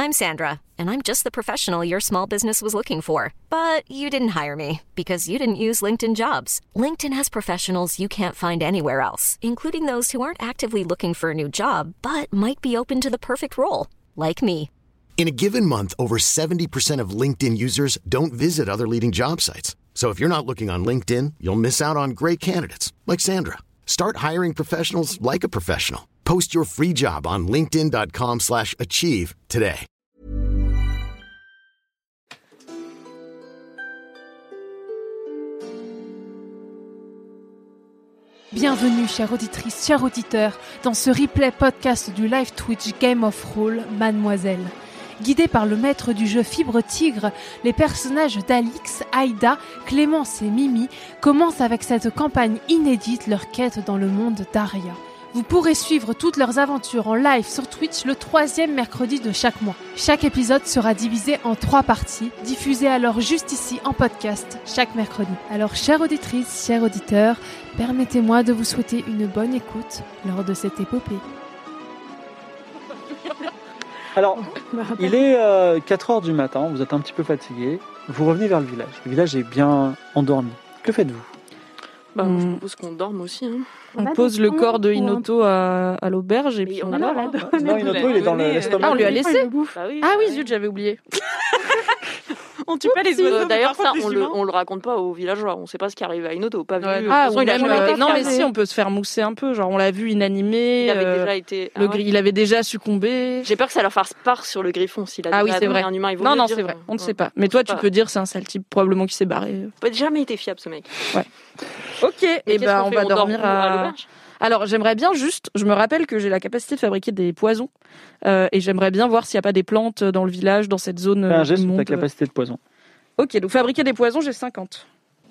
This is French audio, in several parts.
I'm Sandra, and I'm just the professional your small business was looking for. But you didn't hire me because you didn't use LinkedIn Jobs. LinkedIn has professionals you can't find anywhere else, including those who aren't actively looking for a new job, but might be open to the perfect role, like me. In a given month, over 70% of LinkedIn users don't visit other leading job sites. So if you're not looking on LinkedIn, you'll miss out on great candidates like Sandra. Start hiring professionals like a professional. Post your free job on linkedin.com/achieve today. Bienvenue, chères auditrices, chers auditeurs, dans ce replay podcast du live Twitch Game of Roll Mademoiselle. Guidés par le maître du jeu Fibre Tigre, les personnages d'Alix, Aïda, Clémence et Mimi commencent avec cette campagne inédite leur quête dans le monde d'Aria. Vous pourrez suivre toutes leurs aventures en live sur Twitch le 3e mercredi de chaque mois. Chaque épisode sera divisé en 3 parties, diffusées alors juste ici en podcast chaque mercredi. Alors, chères auditrices, chers auditeurs, permettez-moi de vous souhaiter une bonne écoute lors de cette épopée. Alors, il est 4h du matin, vous êtes un petit peu fatigué, vous revenez vers le village. Le village est bien endormi. Que faites-vous ? Je propose qu'on dorme aussi. Hein. On pose le corps de Inoto à l'auberge et puis on a Non, Inoto, il est dans l'estomac. Ah, on lui a laissé Ah oui, zut, j'avais oublié. On tue pas les oiseaux. D'ailleurs, ça, on le raconte pas aux villageois. On sait pas ce qui arrive à Inoto. Pas vu. Ah, il a jamais été. Non, mais si, on peut se faire mousser un peu. Genre, on l'a vu inanimé. Il avait déjà été. Il avait déjà succomé. J'ai peur que ça leur fasse part sur le griffon. S'il a c'est vrai. Un humain, il vaut non, mieux c'est dire, vrai. On ne sait pas. Mais toi, tu peux dire c'est un sale type probablement qui s'est barré. Il n'a jamais été fiable, ce mec. Ouais. Ok. Et ben, on va dormir à l'auberge. Alors, j'aimerais bien juste, je me rappelle que j'ai la capacité de fabriquer des poisons et j'aimerais bien voir s'il n'y a pas des plantes dans le village, dans cette zone. Un geste sur ta capacité de poison. Ok, donc fabriquer des poisons, j'ai 50.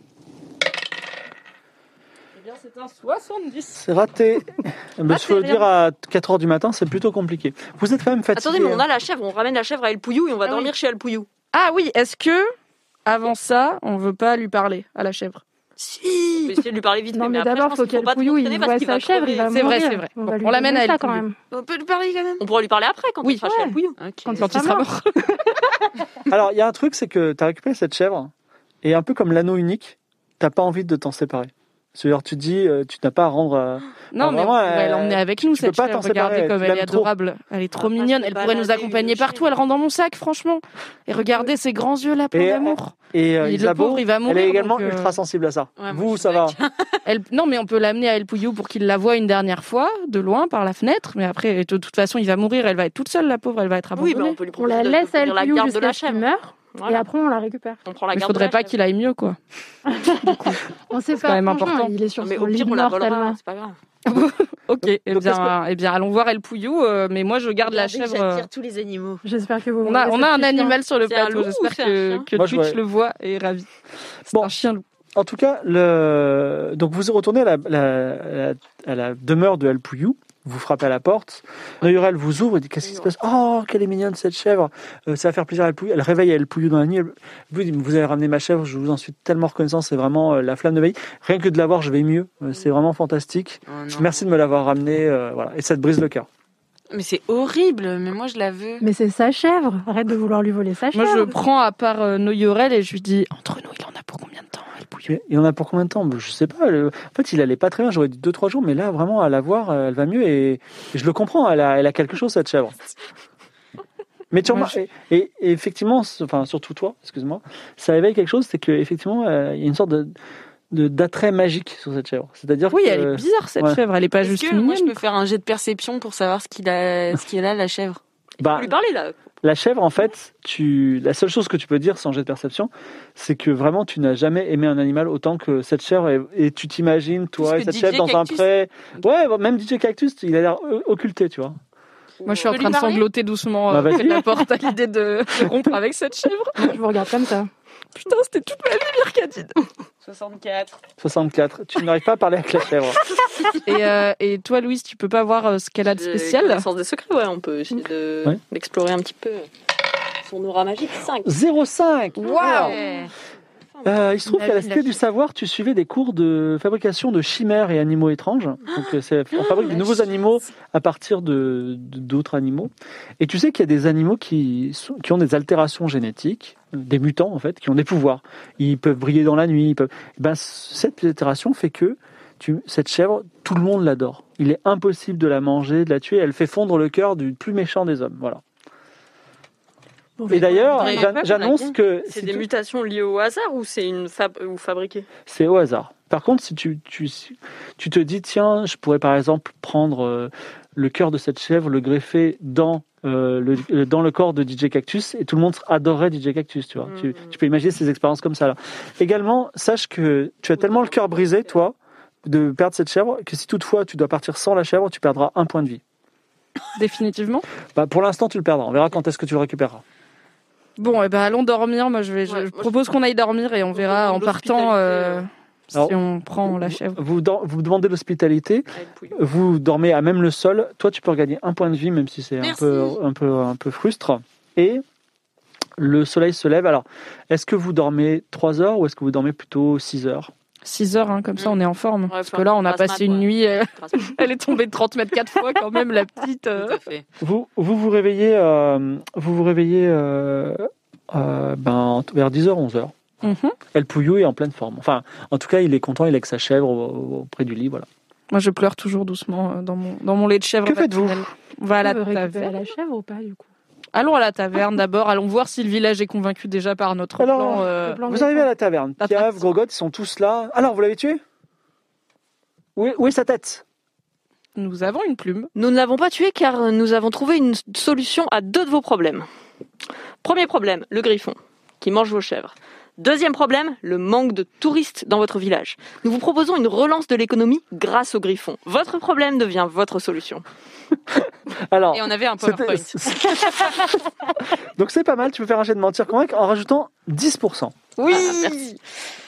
Eh bien, c'est un 70. C'est raté. Il faut le dire à 4h du matin, c'est plutôt compliqué. Vous êtes quand même fatigué. Attendez, mais on a la chèvre, on ramène la chèvre à El Pouillou et on va dormir chez El Pouillou. Ah oui, est-ce que, avant ça, on veut pas lui parler à la chèvre ? Si. On va essayer de lui parler vite. Non, mais après, d'abord, faut qu'El Pouillou il voit sa chèvre, il va mourir. C'est vrai. On l'amène à El quand même. On peut lui parler quand même. On pourra lui parler après quand il sera chez El Pouillou. Quand il sera mort. Alors, il y a un truc, c'est que tu as récupéré cette chèvre et un peu comme l'anneau unique, t'as pas envie de t'en séparer. C'est-à-dire, tu dis, tu n'as pas à rendre. Non, mais on pourrait l'emmener avec nous, cette chèvre. Regardez comme elle est adorable. Elle est trop mignonne. Elle pourrait nous accompagner partout. Elle rentre dans mon sac, franchement. Et regardez ses grands yeux là, plein d'amour. Et le pauvre, il va mourir. Elle est également ultra sensible à ça. Ouais, vous, ça va. Non, mais on peut l'amener à El Pouillou pour qu'il la voie une dernière fois, de loin, par la fenêtre. Mais après, de toute façon, il va mourir. Elle va être toute seule, la pauvre. Elle va être abandonnée. Oui, mais on peut lui On la laisse à El Pouillou jusqu'à ce qu'il meure. Voilà. Et après, on la récupère. On prend la garde. Il faudrait pas qu'il aille mieux, quoi. On sait pas. Quand même important. Il est sur mais son au pire, lit on la mort volera. tellement. C'est pas grave. Ok. Eh bien, allons voir El Pouillou. Mais moi, je garde la chèvre. J'attire tous les animaux. J'espère que vous. On a un animal sur le plateau. J'espère que moi, Twitch le voit et est ravi. C'est un chien loup. En tout cas, donc vous retournez à la demeure de El Pouillou. Vous frappez à la porte. Noyurel vous ouvre et dit qu'est-ce qui se passe ? Oh, qu'elle est mignonne cette chèvre. Ça va faire plaisir à El Pouillou. Elle réveille El Pouillou dans la nuit. Vous avez ramené ma chèvre. Je vous en suis tellement reconnaissant. C'est vraiment la flamme de ma vie. Rien que de l'avoir, je vais mieux. C'est vraiment fantastique. Merci de me l'avoir ramené. Voilà. Et ça te brise le cœur. Mais c'est horrible. Mais moi, je la veux. Mais c'est sa chèvre. Arrête de vouloir lui voler sa chèvre. Moi, je prends à part Noyurel et je lui dis entre nous, il en a pour combien de temps ? Il en a pour combien de temps ? Je sais pas. En fait, il allait pas très bien. J'aurais dit 2-3 jours, mais là, vraiment, à la voir, elle va mieux et je le comprends. Elle a quelque chose, cette chèvre. Mais tu remarques, et effectivement, enfin, surtout toi, excuse-moi, ça éveille quelque chose, c'est qu'effectivement, il y a une sorte d'attrait magique sur cette chèvre. C'est-à-dire elle est bizarre, cette chèvre. Elle est pas juste mignonne. Moi, je peux faire un jet de perception pour savoir ce qu'il a, la chèvre. Il faut lui parler, là. La chèvre, en fait, la seule chose que tu peux dire sans jet de perception, c'est que vraiment, tu n'as jamais aimé un animal autant que cette chèvre. Et tu t'imagines, toi, et cette chèvre dans un pré. Ouais, même DJ Cactus, il a l'air occulté, tu vois. Moi, je suis en train de sangloter doucement près de la porte à l'idée de rompre avec cette chèvre. Je vous regarde comme ça. Putain, c'était toute ma vie, Myrkadine. 64. Tu n'arrives pas à parler avec la chèvre. Et toi, Louise, tu peux pas voir ce qu'elle a de spécial ? Connaissance des secrets, ouais. On peut essayer d'explorer un petit peu son aura magique. 5. 0,5. Waouh. Il se trouve qu'à la Cité du Savoir, tu suivais des cours de fabrication de chimères et animaux étranges. Donc, on fabrique des nouveaux animaux à partir d'autres animaux. Et tu sais qu'il y a des animaux qui ont des altérations génétiques, des mutants en fait, qui ont des pouvoirs. Ils peuvent briller dans la nuit. Cette altération fait que cette chèvre, tout le monde l'adore. Il est impossible de la manger, de la tuer. Elle fait fondre le cœur du plus méchant des hommes. Voilà. Et d'ailleurs, j'annonce que... C'est des mutations liées au hasard ou c'est ou fabriquées ? C'est au hasard. Par contre, si tu te dis, tiens, je pourrais par exemple prendre le cœur de cette chèvre, le greffer dans le corps de DJ Cactus, et tout le monde adorerait DJ Cactus, tu vois. Tu peux imaginer ces expériences comme ça, là. Également, sache que tu as tellement le cœur brisé, toi, de perdre cette chèvre, que si toutefois tu dois partir sans la chèvre, tu perdras 1 point de vie. Définitivement ? Pour l'instant, tu le perdras. On verra quand est-ce que tu le récupéreras. Bon, allons dormir. Moi, je propose qu'on aille dormir et on verra en partant si on prend la chèvre. Vous demandez l'hospitalité. Vous dormez à même le sol. Toi, tu peux regagner 1 point de vie, même si c'est un peu frustre. Et le soleil se lève. Alors, est-ce que vous dormez 3 heures ou est-ce que vous dormez plutôt 6 heures ? 6 heures, comme ça on est en forme. Parce que là on a passé une nuit, elle est tombée de 30 mètres 4 fois quand même, la petite. Tout à fait. Vous réveillez, vers 10h, 11h. El Pouillou est en pleine forme. Enfin, en tout cas, il est content, il est avec sa chèvre auprès du lit, voilà. Moi je pleure toujours doucement dans mon lait de chèvre. Que faites-vous ? On va à la taverne. La chèvre ou pas du coup ? Allons à la taverne d'abord, allons voir si le village est convaincu déjà par notre plan. Vous arrivez à la taverne, Piaf, Grogotte, ils sont tous là. Alors, vous l'avez tué ? Où est sa tête ? Nous avons une plume. Nous ne l'avons pas tué car nous avons trouvé une solution à 2 de vos problèmes. Premier problème, le griffon, qui mange vos chèvres. Deuxième problème, le manque de touristes dans votre village. Nous vous proposons une relance de l'économie grâce au griffon. Votre problème devient votre solution. Alors, et on avait un PowerPoint. Donc c'est pas mal, tu peux faire un jet de mentir convaincre en rajoutant 10%. Oui, merci.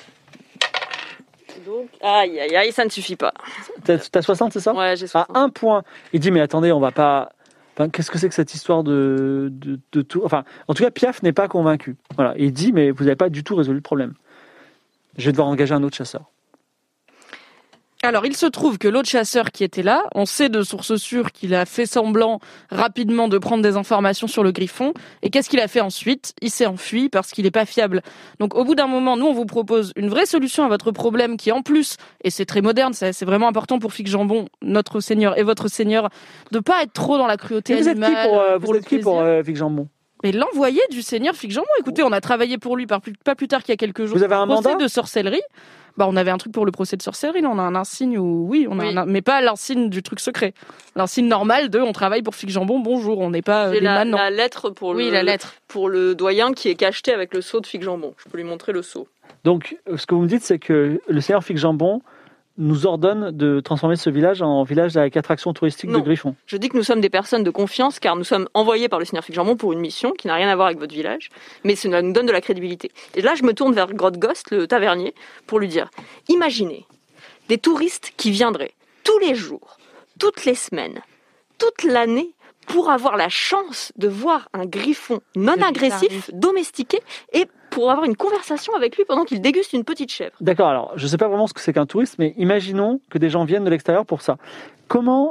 Donc, aïe, ça ne suffit pas. T'as 60, c'est ça ? Ouais, j'ai 60. À 1 point. Il dit, mais attendez, on va pas... Enfin, qu'est-ce que c'est que cette histoire de tout... Enfin, en tout cas, Piaf n'est pas convaincu. Voilà. Il dit, mais vous n'avez pas du tout résolu le problème. Je vais devoir engager un autre chasseur. Alors, il se trouve que l'autre chasseur qui était là, on sait de sources sûres qu'il a fait semblant rapidement de prendre des informations sur le griffon. Et qu'est-ce qu'il a fait ensuite ? Il s'est enfui parce qu'il n'est pas fiable. Donc, au bout d'un moment, nous, on vous propose une vraie solution à votre problème qui, en plus, et c'est très moderne, c'est vraiment important pour Fig Jambon, notre seigneur et votre seigneur, de pas être trop dans la cruauté animale. Vous êtes qui pour Fig Jambon ? Et l'envoyé du seigneur Fig Jambon. Écoutez, on a travaillé pour lui pas plus tard qu'il y a quelques jours. Vous avez un mandat de sorcellerie. On avait un truc pour le procès de sorcellerie, là, on a un insigne mais pas l'insigne du truc secret. L'insigne normal on travaille pour Fig Jambon, bonjour, on n'est pas des manants. La lettre pour le doyen qui est cacheté avec le sceau de Fig Jambon. Je peux lui montrer le sceau. Donc, ce que vous me dites, c'est que le seigneur Fig Jambon nous ordonne de transformer ce village en village avec attraction touristique de griffons. Je dis que nous sommes des personnes de confiance car nous sommes envoyés par le seigneur Fig Jambon pour une mission qui n'a rien à voir avec votre village, mais cela nous donne de la crédibilité. Et là, je me tourne vers Grotghost, le tavernier, pour lui dire, imaginez des touristes qui viendraient tous les jours, toutes les semaines, toute l'année pour avoir la chance de voir un griffon non agressif, domestiqué, et pour avoir une conversation avec lui pendant qu'il déguste une petite chèvre. D'accord, alors je ne sais pas vraiment ce que c'est qu'un touriste, mais imaginons que des gens viennent de l'extérieur pour ça. Comment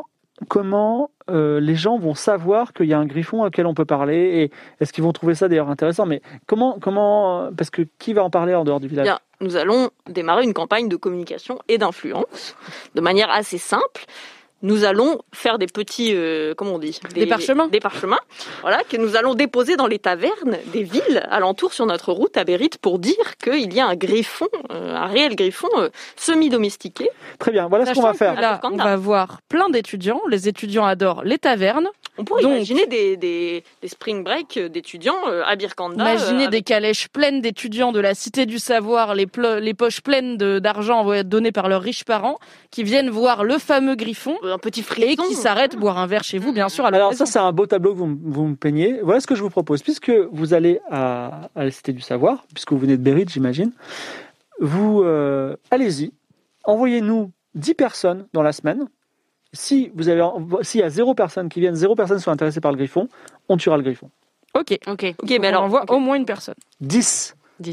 les gens vont savoir qu'il y a un griffon auquel on peut parler, et est-ce qu'ils vont trouver ça d'ailleurs intéressant ? Mais comment parce que qui va en parler en dehors du village ? Bien, nous allons démarrer une campagne de communication et d'influence de manière assez simple. Nous allons faire des petits, des parchemins. Des parchemins, voilà, que nous allons déposer dans les tavernes des villes alentour sur notre route à Bérite pour dire qu'il y a un griffon, un réel griffon semi-domestiqué. Très bien, voilà ce qu'on va faire. Là, on va voir plein d'étudiants. Les étudiants adorent les tavernes. On pourrait imaginer des spring break d'étudiants à Birkanda. Imaginez des calèches pleines d'étudiants de la Cité du Savoir, les poches pleines d'argent données par leurs riches parents, qui viennent voir le fameux griffon. Un petit frisson. Et qui s'arrêtent boire un verre chez vous, bien sûr. Alors ça, c'est un beau tableau que vous me peignez. Voilà ce que je vous propose. Puisque vous allez à la Cité du Savoir, puisque vous venez de Bérite, j'imagine, vous allez-y, envoyez-nous 10 personnes dans la semaine. S'il y a 0 personnes qui viennent, 0 personnes sont intéressées par le griffon, on tuera le griffon. Ok, mais alors on envoie au moins une personne. 10.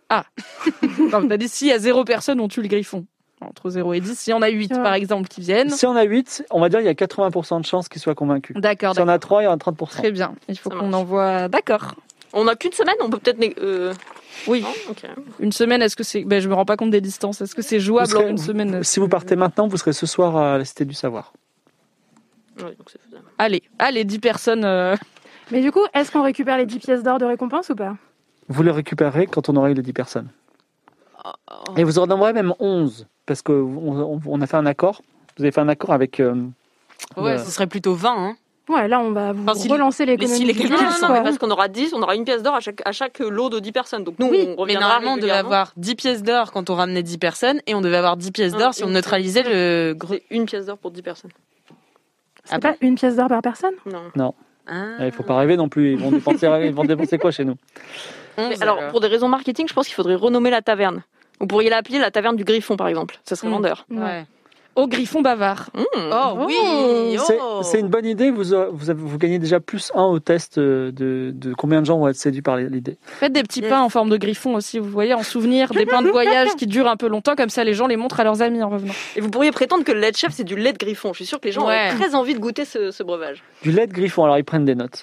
Non, t'as dit s'il y a 0 personnes, on tue le griffon. Entre 0 et 10. S'il y en a 8, par exemple, qui viennent. Si on a 8, on va dire qu'il y a 80% de chances qu'ils soient convaincus. D'accord. Si on a 3, il y en a 30%. Très bien. Il faut Ça qu'on marche. envoie. D'accord. On n'a qu'une semaine, on peut peut-être... Oui. Non, ok. Une semaine, est-ce que c'est. Je me rends pas compte des distances. Est-ce que c'est jouable en une semaine? Si vous partez maintenant, vous serez ce soir à la Cité du Savoir. Ouais, donc c'est faisable. Allez, 10 personnes. Mais du coup, est-ce qu'on récupère les 10 pièces d'or de récompense ou pas? Vous les récupérerez quand on aura eu les 10 personnes. Et vous en aurez même 11, parce qu'on a fait un accord. Vous avez fait un accord avec... Ouais, ce serait plutôt 20. Hein. Ouais, là, on va Enfin, si relancer l'économie. si les du calculs village, sont- Non, mais quoi. parce qu'on aura 10, on aura une pièce d'or à chaque lot de 10 personnes. Donc nous, on Mais reviendra normalement, on devait régulièrement. avoir 10 pièces d'or quand on ramenait 10 personnes et on devait avoir 10 pièces d'or si on neutralisait le gros. C'est une pièce d'or pour 10 personnes. C'est pas une pièce d'or par personne? Non. Ah. Il faut pas rêver non plus. Ils vont dépenser quoi chez nous? Mais alors, pour des raisons marketing, je pense qu'il faudrait renommer la taverne. Vous pourriez l'appeler la taverne du Griffon, par exemple. Ça serait vendeur. Ouais. Au griffon bavard. Oh oui. C'est une bonne idée. Vous gagnez déjà +1 au test de combien de gens vont être séduits par l'idée. Faites des petits pains en forme de griffon aussi, vous voyez, en souvenir, des pains de voyage qui durent un peu longtemps, comme ça les gens les montrent à leurs amis en revenant. Et vous pourriez prétendre que le lait de chef, c'est du lait de Griffon. Je suis sûre que les gens Ouais. auraient très envie de goûter ce breuvage. Du lait de griffon, alors ils prennent des notes.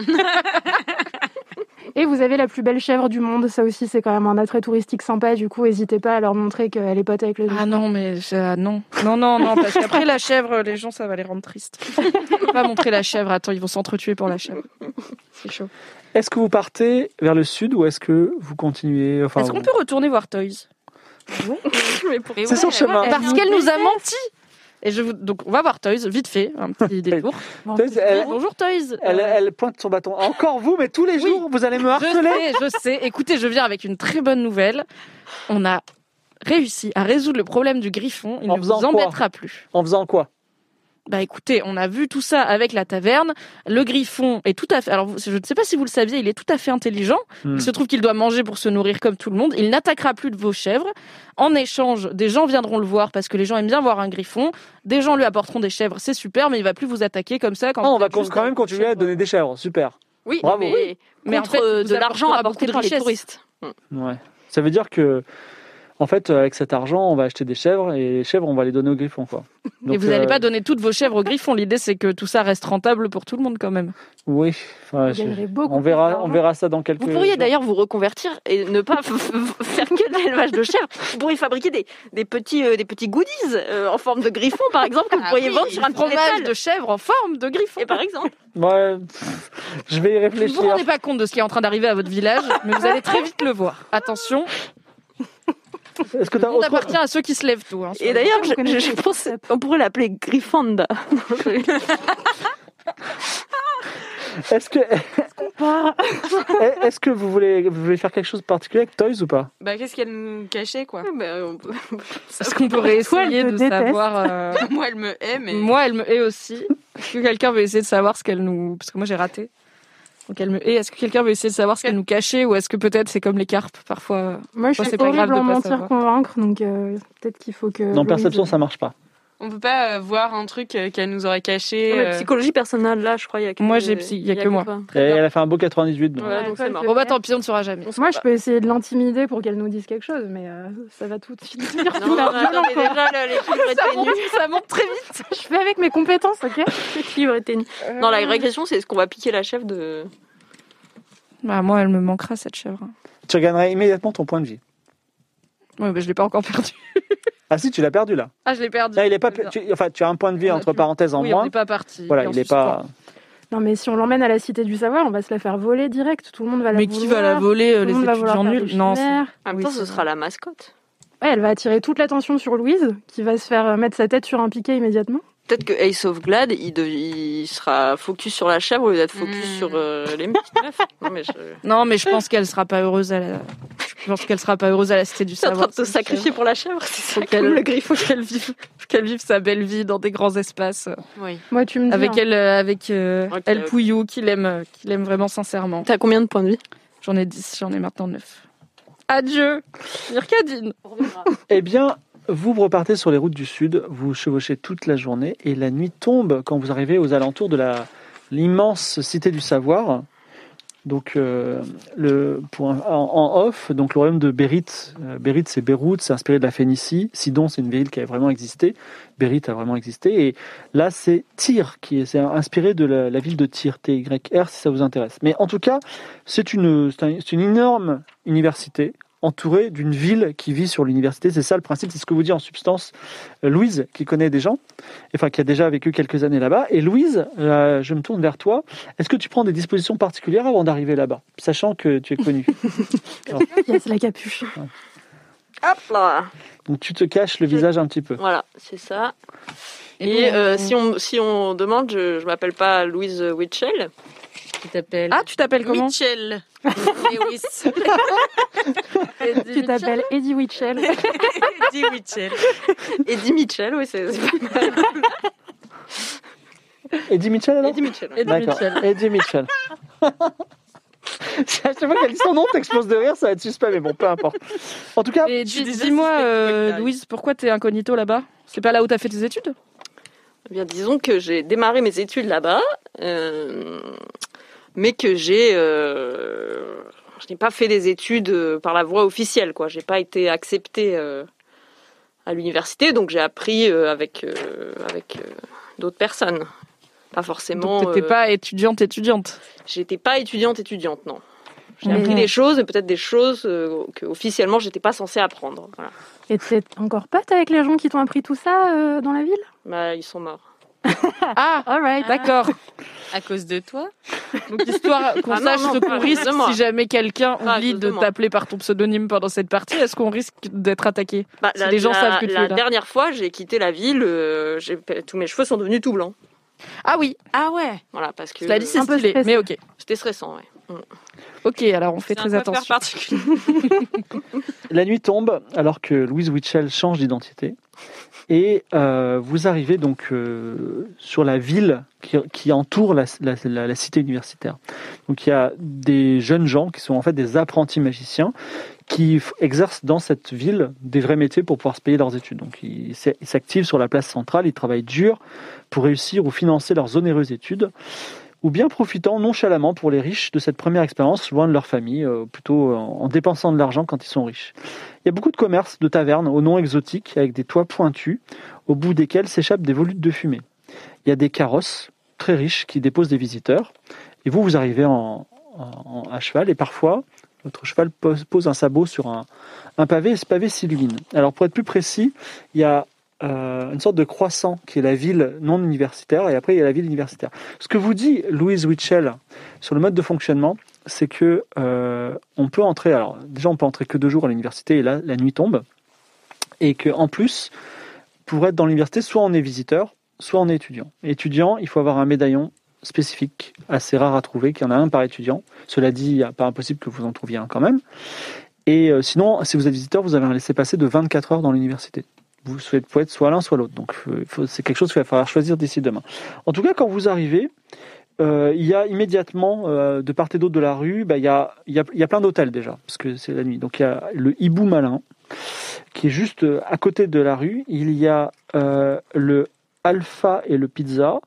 Et vous avez la plus belle chèvre du monde. Ça aussi, c'est quand même un attrait touristique sympa. Du coup, n'hésitez pas à leur montrer qu'elle est pote avec le Ah non, mais non, parce qu'après la chèvre, les gens, ça va les rendre tristes. On peut pas montrer la chèvre, attends, ils vont s'entretuer pour la chèvre. C'est chaud. Est-ce que vous partez vers le sud ou est-ce que vous continuez Est-ce qu'on peut retourner voir Toys? Mais pour... C'est son chemin. Parce qu'elle nous a menti. Et donc on va voir Toys, vite fait, un petit détour. Bonjour Toys. Elle pointe son bâton. Encore vous, mais tous les jours, vous allez me harceler. Je sais. Écoutez, je viens avec une très bonne nouvelle. On a réussi à résoudre le problème du griffon. Il ne vous embêtera plus. En faisant quoi? Bah écoutez, on a vu tout ça avec la taverne. Le griffon est tout à fait... Alors, je ne sais pas si vous le saviez, il est tout à fait intelligent. Il se trouve qu'il doit manger pour se nourrir comme tout le monde. Il n'attaquera plus de vos chèvres. En échange, des gens viendront le voir parce que les gens aiment bien voir un griffon. Des gens lui apporteront des chèvres, c'est super, mais il va plus vous attaquer comme ça. On va quand même continuer à donner des chèvres, super. Oui, bravo. Mais en contre fait, de l'argent apporté par les richesses. touristes. Ouais. Ça veut dire que, en fait, avec cet argent, on va acheter des chèvres et les chèvres, on va les donner aux griffons, quoi. Donc, et vous n'allez pas donner toutes vos chèvres au griffon. L'idée, c'est que tout ça reste rentable pour tout le monde quand même. Oui. Enfin, on verra ça dans quelques. Vous pourriez d'ailleurs vous reconvertir et ne pas faire que de l'élevage de chèvres. Vous pourriez fabriquer des petits goodies en forme de griffon, par exemple, que vous pourriez vendre sur un fromage de chèvre en forme de griffon. Et par exemple. Ouais, je vais y réfléchir. Vous vous rendez pas compte de ce qui est en train d'arriver à votre village, mais vous allez très vite le voir. Attention. Est-ce que le monde appartient à ceux qui se lèvent tôt. Hein, et d'ailleurs, je pense qu'on pourrait l'appeler Griffonda. Est-ce que vous voulez faire quelque chose de particulier avec Toys ou pas? Bah, qu'est-ce qu'elle nous cachait, quoi? Est-ce qu'on pourrait essayer de savoir... Moi, elle me hait, mais... Moi, elle me hait aussi. Est-ce que quelqu'un veut essayer de savoir ce qu'elle nous... Parce que moi, j'ai raté. Donc elle me hait. Est-ce que quelqu'un veut essayer de savoir ce qu'elle nous cachait ou est-ce que peut-être c'est comme les carpes parfois? Moi, je suis horrible en mentir convaincre, donc peut-être qu'il faut que... Non, perception, ça marche pas. On peut pas voir un truc qu'elle nous aurait caché. Non, mais psychologie personnelle, là, je crois, il y a que... Moi, il y a que moi. Et elle a fait un beau 98. Donc. Ouais, donc c'est mort. Bon, bah tant pis, on ne saura jamais. Moi, je peux essayer de l'intimider pour qu'elle nous dise quelque chose, mais ça va tout de suite devenir super violent, quoi. Déjà, l'équilibre est ténu. Ça monte très vite. Je fais avec mes compétences, ok? L'équilibre est ténu. Non, la vraie question, c'est est-ce qu'on va piquer la chèvre de... Bah, moi, elle me manquera, cette chèvre. Tu regagnerais immédiatement ton point de vie. Ouais, mais je l'ai pas encore perdu. Ah si, tu l'as perdu là. Ah, je l'ai perdu. Là, il est pas. Tu as un point de vie entre parenthèses en oui, moins. on n'est pas parti. Voilà, il est pas. Non, mais si on l'emmène à la Cité du Savoir, on va se la faire voler direct. Tout le monde va la vouloir. Mais qui va la voler? Les étudiants nuls? En Non. même temps, ce sera la mascotte. Ouais, elle va attirer toute l'attention sur Louise, qui va se faire mettre sa tête sur un piquet immédiatement. Peut-être que Ace of Glad, il sera focus sur la chèvre au lieu d'être focus sur les petites meufs. Non, mais je pense qu'elle sera pas heureuse à la... Je pense qu'elle sera pas heureuse à la Cité du Savoir. T'es en train de te sacrifier pour la chèvre, c'est ça. Le griffon, qu'elle vive sa belle vie dans des grands espaces. Oui. Moi, tu me dis. Avec El Pouillou, qu'il aime vraiment sincèrement. T'as combien de points de vie? J'en ai 10, j'en ai maintenant 9. Adieu, Mirkadine. Eh bien, vous repartez sur les routes du sud, vous chevauchez toute la journée et la nuit tombe quand vous arrivez aux alentours de l'immense Cité du Savoir. Donc, en off, donc le royaume de Bérite, Bérite c'est Beyrouth, c'est inspiré de la Phénicie. Sidon, c'est une ville qui a vraiment existé. Bérite a vraiment existé. Et là, c'est Tyr, c'est inspiré de la ville de Tyr, T-Y-R, si ça vous intéresse. Mais en tout cas, c'est une énorme université entourée d'une ville qui vit sur l'université. C'est ça le principe, c'est ce que vous dit en substance Louise, qui connaît des gens, enfin qui a déjà vécu quelques années là-bas. Et Louise, je me tourne vers toi. Est-ce que tu prends des dispositions particulières avant d'arriver là-bas, sachant que tu es connue? Yes, la capuche. Hop là. Donc tu te caches le visage un petit peu. Voilà, c'est ça. Et si on demande, je m'appelle pas Louise Witchell. Tu t'appelles. Ah, tu t'appelles comment? Mitchell. Lewis. Tu t'appelles Eddie Witchell. Eddie Mitchell. Eddie Mitchell, oui, c'est pas mal. Eddie Mitchell alors? Eddie Mitchell. Eddie D'accord. Mitchell. Eddie Mitchell. À chaque fois qu'elle dit son nom, t'exploses de rire, ça va être suspect, mais bon, peu importe. En tout cas, Et dis-moi, Louise, pourquoi t'es incognito là-bas? C'est pas là où t'as fait tes études? Eh bien, disons que j'ai démarré mes études là-bas, mais que je n'ai pas fait des études par la voie officielle, quoi. J'ai pas été acceptée à l'université, donc j'ai appris avec d'autres personnes. Pas forcément. Donc t'étais pas étudiante. J'étais pas étudiante, non. J'ai appris des choses, mais peut-être des choses que officiellement j'étais pas censée apprendre. Voilà. Et tu es encore pote avec les gens qui t'ont appris tout ça dans la ville? Bah, ils sont morts. Ah, alright, d'accord. À cause de toi? Donc histoire qu'on sache ce qu'on risque de moi. si jamais quelqu'un Pas à oublie cause de de moi. t'appeler par ton pseudonyme pendant cette partie, est-ce qu'on risque d'être attaqué? Bah, Si les gens savent que tu es la là. dernière fois, j'ai quitté la ville, tous mes cheveux sont devenus tout blancs. Ah oui, Ah ouais. Voilà, parce que cela dit c'est un peu stylé, stressé. mais ok. c'était stressant, ouais. Ok, alors on fait C'est très un coiffeur attention. particulier. la nuit tombe alors que Louise Witchell change d'identité. Et vous arrivez donc sur la ville qui entoure la cité universitaire. Donc il y a des jeunes gens qui sont en fait des apprentis magiciens qui exercent dans cette ville des vrais métiers pour pouvoir se payer leurs études. Donc ils s'activent sur la place centrale, ils travaillent dur pour réussir ou financer leurs onéreuses études, ou bien profitant nonchalamment pour les riches de cette première expérience loin de leur famille, plutôt en dépensant de l'argent quand ils sont riches. Il y a beaucoup de commerces, de tavernes aux noms exotiques avec des toits pointus, au bout desquels s'échappent des volutes de fumée. Il y a des carrosses très riches qui déposent des visiteurs, et vous arrivez à cheval, et parfois votre cheval pose un sabot sur un pavé, et ce pavé s'illumine. Alors pour être plus précis, il y a une sorte de croissant qui est la ville non universitaire, et après il y a la ville universitaire. Ce que vous dit Louise Witchell sur le mode de fonctionnement, c'est que on peut entrer, alors déjà on peut entrer que 2 jours à l'université, et là la nuit tombe, et que en plus, pour être dans l'université, soit on est visiteur, soit on est étudiant. Étudiant, il faut avoir un médaillon spécifique, assez rare à trouver, qu'il y en a un par étudiant. Cela dit, il n'est pas impossible que vous en trouviez un quand même. Et sinon, si vous êtes visiteur, vous avez un laissez-passer de 24 heures dans l'université. Vous pouvez être soit l'un, soit l'autre. Donc c'est quelque chose qu'il va falloir choisir d'ici demain. En tout cas, quand vous arrivez, il y a immédiatement, de part et d'autre de la rue, il y a plein d'hôtels déjà, parce que c'est la nuit. Donc il y a le Hibou Malin, qui est juste à côté de la rue. Il y a le Alpha et le Pizza,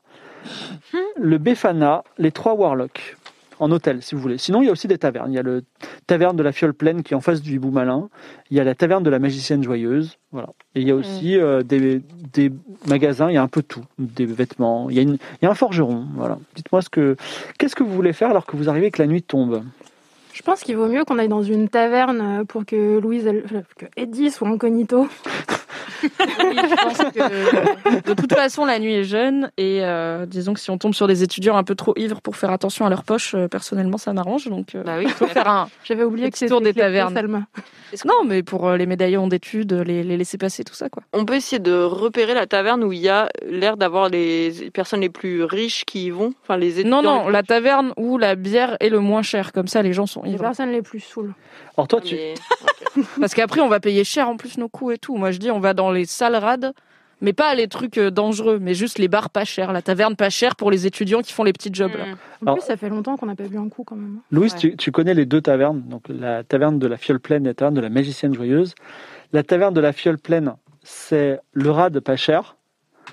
le Befana, les 3 Warlocks, en hôtel si vous voulez. Sinon il y a aussi des tavernes. Il y a le taverne de la Fiole Pleine qui est en face du Hibou Malin. Il y a la taverne de la Magicienne Joyeuse. Voilà. Et il y a aussi des magasins, il y a un peu tout, des vêtements. Il y a un forgeron. Voilà. Dites-moi qu'est-ce que vous voulez faire alors que vous arrivez et que la nuit tombe? Je pense qu'il vaut mieux qu'on aille dans une taverne pour que que Eddie soit incognito. Oui, je pense que de toute façon la nuit est jeune et disons que si on tombe sur des étudiants un peu trop ivres pour faire attention à leur poche, personnellement ça m'arrange, donc Bah oui, il faut faire un J'avais oublié que petit c'était tour des Clé, tavernes. Salma. Non, mais pour les médaillons d'études, les laisser passer, tout ça quoi. On peut essayer de repérer la taverne où il y a l'air d'avoir les personnes les plus riches qui y vont, enfin les étudiants. Non, la taverne où la bière est le moins chère, comme ça les gens sont Les ivres. personnes les plus saoules. Alors toi, Parce qu'après on va payer cher en plus nos coups et tout. Moi je dis on va dans les salles rades, mais pas les trucs dangereux, mais juste les bars pas chers, la taverne pas chère pour les étudiants qui font les petits jobs là. En Alors- plus, ça fait longtemps qu'on n'a pas bu un coup quand même. Louise, Ouais. tu connais les 2 tavernes, donc la taverne de la Fiole Pleine et la taverne de la Magicienne Joyeuse. La taverne de la Fiole Pleine, c'est le rad pas cher.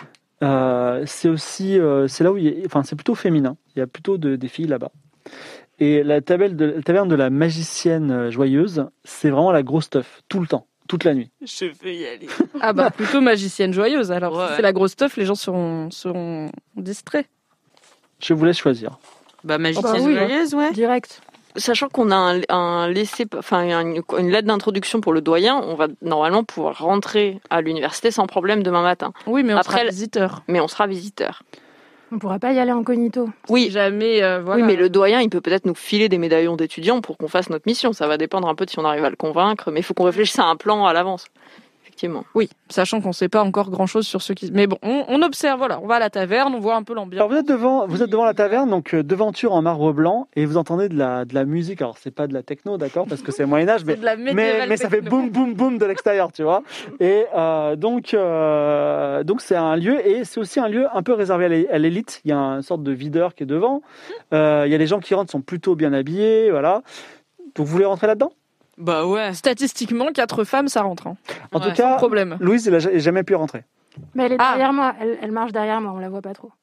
C'est aussi, c'est là où c'est plutôt féminin. Il y a plutôt des filles là-bas. Et la taverne de la magicienne joyeuse, c'est vraiment la grosse stuff, tout le temps, toute la nuit. Je veux y aller. Ah bah plutôt magicienne joyeuse. Alors Ouais. si c'est la grosse stuff, les gens seront distraits. Je vous laisse choisir. Bah, magicienne oui, joyeuse, ouais. Direct. Sachant qu'on a une lettre d'introduction pour le doyen, on va normalement pouvoir rentrer à l'université sans problème demain matin. Oui, mais on Après, sera visiteur. Mais on sera visiteur. On pourra pas y aller incognito. Si jamais, voilà. Oui, mais le doyen, il peut peut-être nous filer des médaillons d'étudiants pour qu'on fasse notre mission. Ça va dépendre un peu de si on arrive à le convaincre, mais il faut qu'on réfléchisse à un plan à l'avance. Effectivement. Oui, sachant qu'on ne sait pas encore grand-chose sur ceux qui... Mais bon, on observe, voilà, on va à la taverne, on voit un peu l'ambiance. Alors vous êtes devant la taverne, donc devanture en marbre blanc, et vous entendez de la musique. Alors c'est pas de la techno, d'accord, parce que c'est le Moyen-Âge, C'est de la médiévale mais ça fait techno. boum boum boum de l'extérieur, tu vois. Et donc c'est un lieu, et c'est aussi un lieu un peu réservé à l'élite. Il y a une sorte de videur qui est devant. Il y a les gens qui rentrent sont plutôt bien habillés, voilà. Donc vous voulez rentrer là-dedans? Bah, ouais. Statistiquement, 4 femmes, ça rentre. Hein. En tout Ouais, cas, Problème. Louise, elle n'a jamais pu rentrer. Mais elle est Ah. derrière moi. Elle marche derrière moi. On la voit pas trop.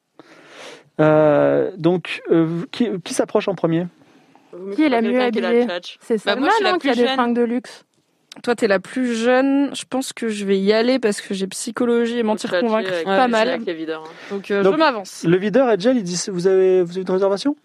Donc qui s'approche en premier? Qui est la mieux Quelqu'un qui est habillée? la tchatch. C'est Bah, Salma, moi, je suis la non, qui a plus des jeune. fringues de luxe. Toi, t'es la plus jeune. Je pense que je vais y aller parce que j'ai psychologie et mentir Tchatcher convaincre avec- pas ouais, mal. avec les videurs, hein. Donc, Donc, je m'avance. Le videur, Edgel, il dit vous avez une réservation?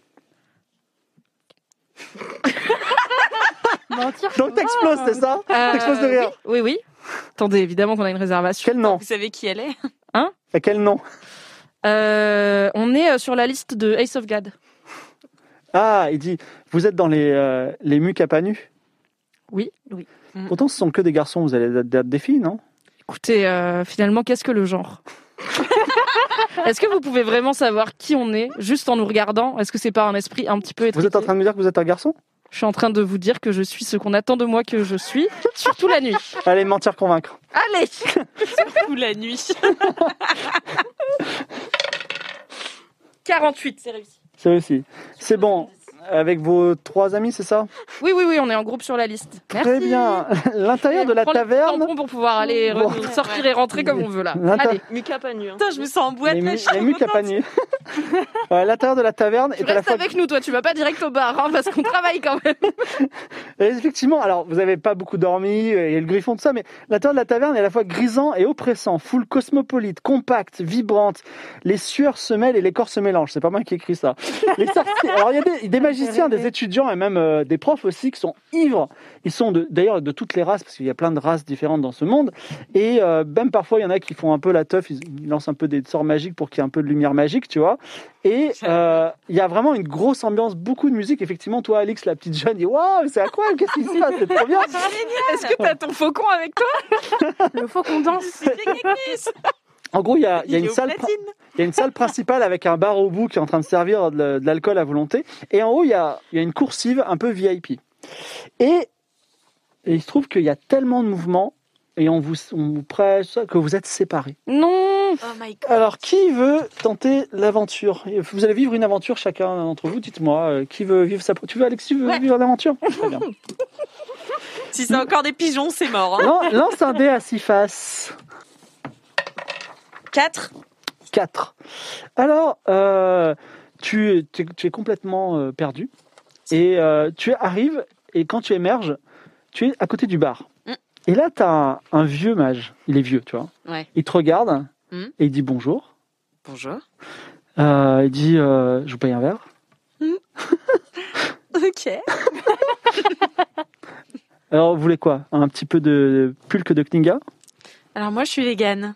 Mentir. Donc t'exploses, c'est ça? T'exploses de rire. Oui. Attendez, évidemment qu'on a une réservation. Quel nom? Vous savez qui elle est? Et quel nom? On est sur la liste de Ace of God. Ah, il dit vous êtes dans les mucs à pas nus? Oui. Pourtant, ce sont que des garçons. Vous allez être des filles, non? Écoutez, finalement, qu'est-ce que le genre? Est-ce que vous pouvez vraiment savoir qui on est juste en nous regardant? Est-ce que c'est pas un esprit un petit peu étriqué? Vous êtes en train de me dire que vous êtes un garçon? Je suis en train de vous dire que je suis ce qu'on attend de moi que je suis, surtout la nuit. Allez, mentir, convaincre. Allez. Ou la nuit. 48, c'est réussi. C'est aussi. C'est bon. Avec vos 3 amis, c'est ça? Oui, on est en groupe sur la liste. Merci. Très bien. L'intérieur de la On prend les petits taverne. tampons pour pouvoir aller Bon. sortir et rentrer comme on veut là. L'inter- Allez, Muka pas nu, hein. Putain, je me sens en boîte, là, je suis Les mucs à contente. pas nus. Ouais, l'intérieur de la taverne tu est à la restes fois. avec nous, toi. Tu vas pas direct au bar, hein, parce qu'on travaille quand même. Et effectivement, alors vous avez pas beaucoup dormi, il y a le griffon, tout ça, mais l'intérieur de la taverne est à la fois grisant et oppressant, foule cosmopolite, compacte, vibrante. Les sueurs se mêlent et les corps se mélangent. C'est pas moi qui écris ça. Les sorciers- Alors il y a des magiciens, des étudiants et même des profs aussi qui sont ivres. Ils sont d'ailleurs de toutes les races, parce qu'il y a plein de races différentes dans ce monde. Et même parfois, il y en a qui font un peu la teuf, ils lancent un peu des sorts magiques pour qu'il y ait un peu de lumière magique, tu vois. Et il y a vraiment une grosse ambiance, beaucoup de musique. Effectivement, toi, Alix, la petite jeune, dit waouh, c'est incroyable, qu'est-ce qui se passe, c'est trop bien. Est-ce que t'as ton faucon avec toi? Le faux qu'on danse. En gros, il y a Il est une au salle. platine. Il y a une salle principale avec un bar au bout qui est en train de servir de l'alcool à volonté. Et en haut, il y a une coursive un peu VIP. Et il se trouve qu'il y a tellement de mouvements et on vous presse que vous êtes séparés. Non. Oh my god. Alors, qui veut tenter l'aventure? Vous allez vivre une aventure chacun d'entre vous. Dites-moi, qui veut vivre ça? Tu veux, Alexis, vivre l'aventure? Très bien. Si c'est encore des pigeons, c'est mort. Hein. Lance un dé à 6 faces. 4. 4. Alors, tu es complètement perdu. Et tu arrives, et quand tu émerges, tu es à côté du bar. Mm. Et là, tu as un vieux mage. Il est vieux, tu vois. Ouais. Il te regarde, Mm. et il dit bonjour. Bonjour. Il dit, je vous paye un verre. Ok. Alors, vous voulez quoi? Un petit peu de pulque de Kninga? Alors moi, je suis végane.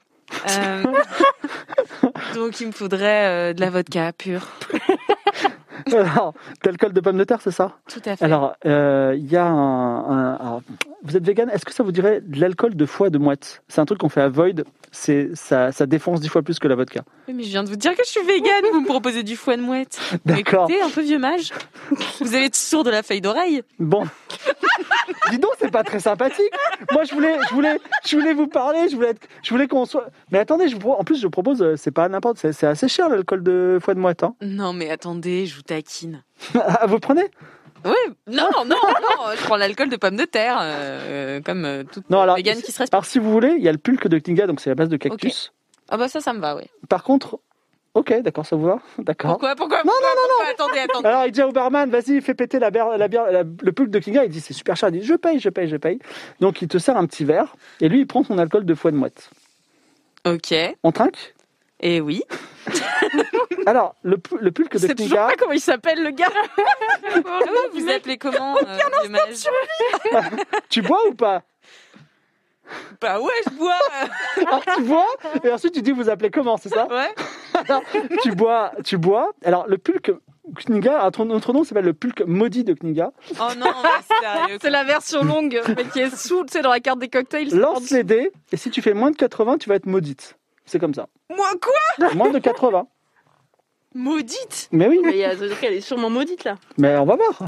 Donc il me faudrait de la vodka pure. Alors, d'alcool de pomme de terre, c'est ça? Tout à fait. Alors, il y a alors, vous êtes vegan, est-ce que ça vous dirait de l'alcool de foie de mouette? C'est un truc qu'on fait à Void, ça défonce 10 fois plus que la vodka. Oui, mais je viens de vous dire que je suis végane. Vous me proposez du foie de mouette. D'accord. Écoutez, un peu vieux mage. Vous avez sourd de la feuille d'oreille. Bon. Dis donc, c'est pas très sympathique. Moi, je voulais vous parler, je voulais qu'on soit... Mais attendez, en plus, je propose, c'est pas n'importe, c'est assez cher l'alcool de foie de mouette. Hein. Non, mais attendez, je vous taquine. Ah, vous prenez? Oui, non, je prends l'alcool de pomme de terre, comme toute Non, alors, végane qui se respecte. Alors, si vous voulez, il y a le pulque de Kninga, donc c'est la base de cactus. Ah bah ça me va, oui. Par contre, Ok, d'accord, ça vous va? D'accord. Pourquoi Non. Attendez. Alors il dit au barman, vas-y, fais péter la bière, le pulque de Kniga. Il dit, c'est super cher. Il dit, je paye. Donc il te sert un petit verre et lui, il prend son alcool de foie de mouette. Ok. On trinque? Et oui. Alors, le pulque de C'est toujours Kniga, pas comment il s'appelle le gars. Vous appelez comment le mage? tu bois ou pas? Bah ouais, je bois. Alors, tu bois et ensuite tu dis, vous appelez comment, c'est ça? Ouais. Alors, tu bois. Alors, le pulque Kniga, notre nom s'appelle le pulque maudit de Kniga. Oh non, mais sérieux. C'est la version longue, mais qui est sous, tu sais, dans la carte des cocktails. Lance les dés et si tu fais moins de 80, tu vas être maudite. C'est comme ça. Moi quoi? Moins de 80. Maudite. Mais oui, Mais ça veut dire qu'elle est sûrement maudite là. mais on va voir.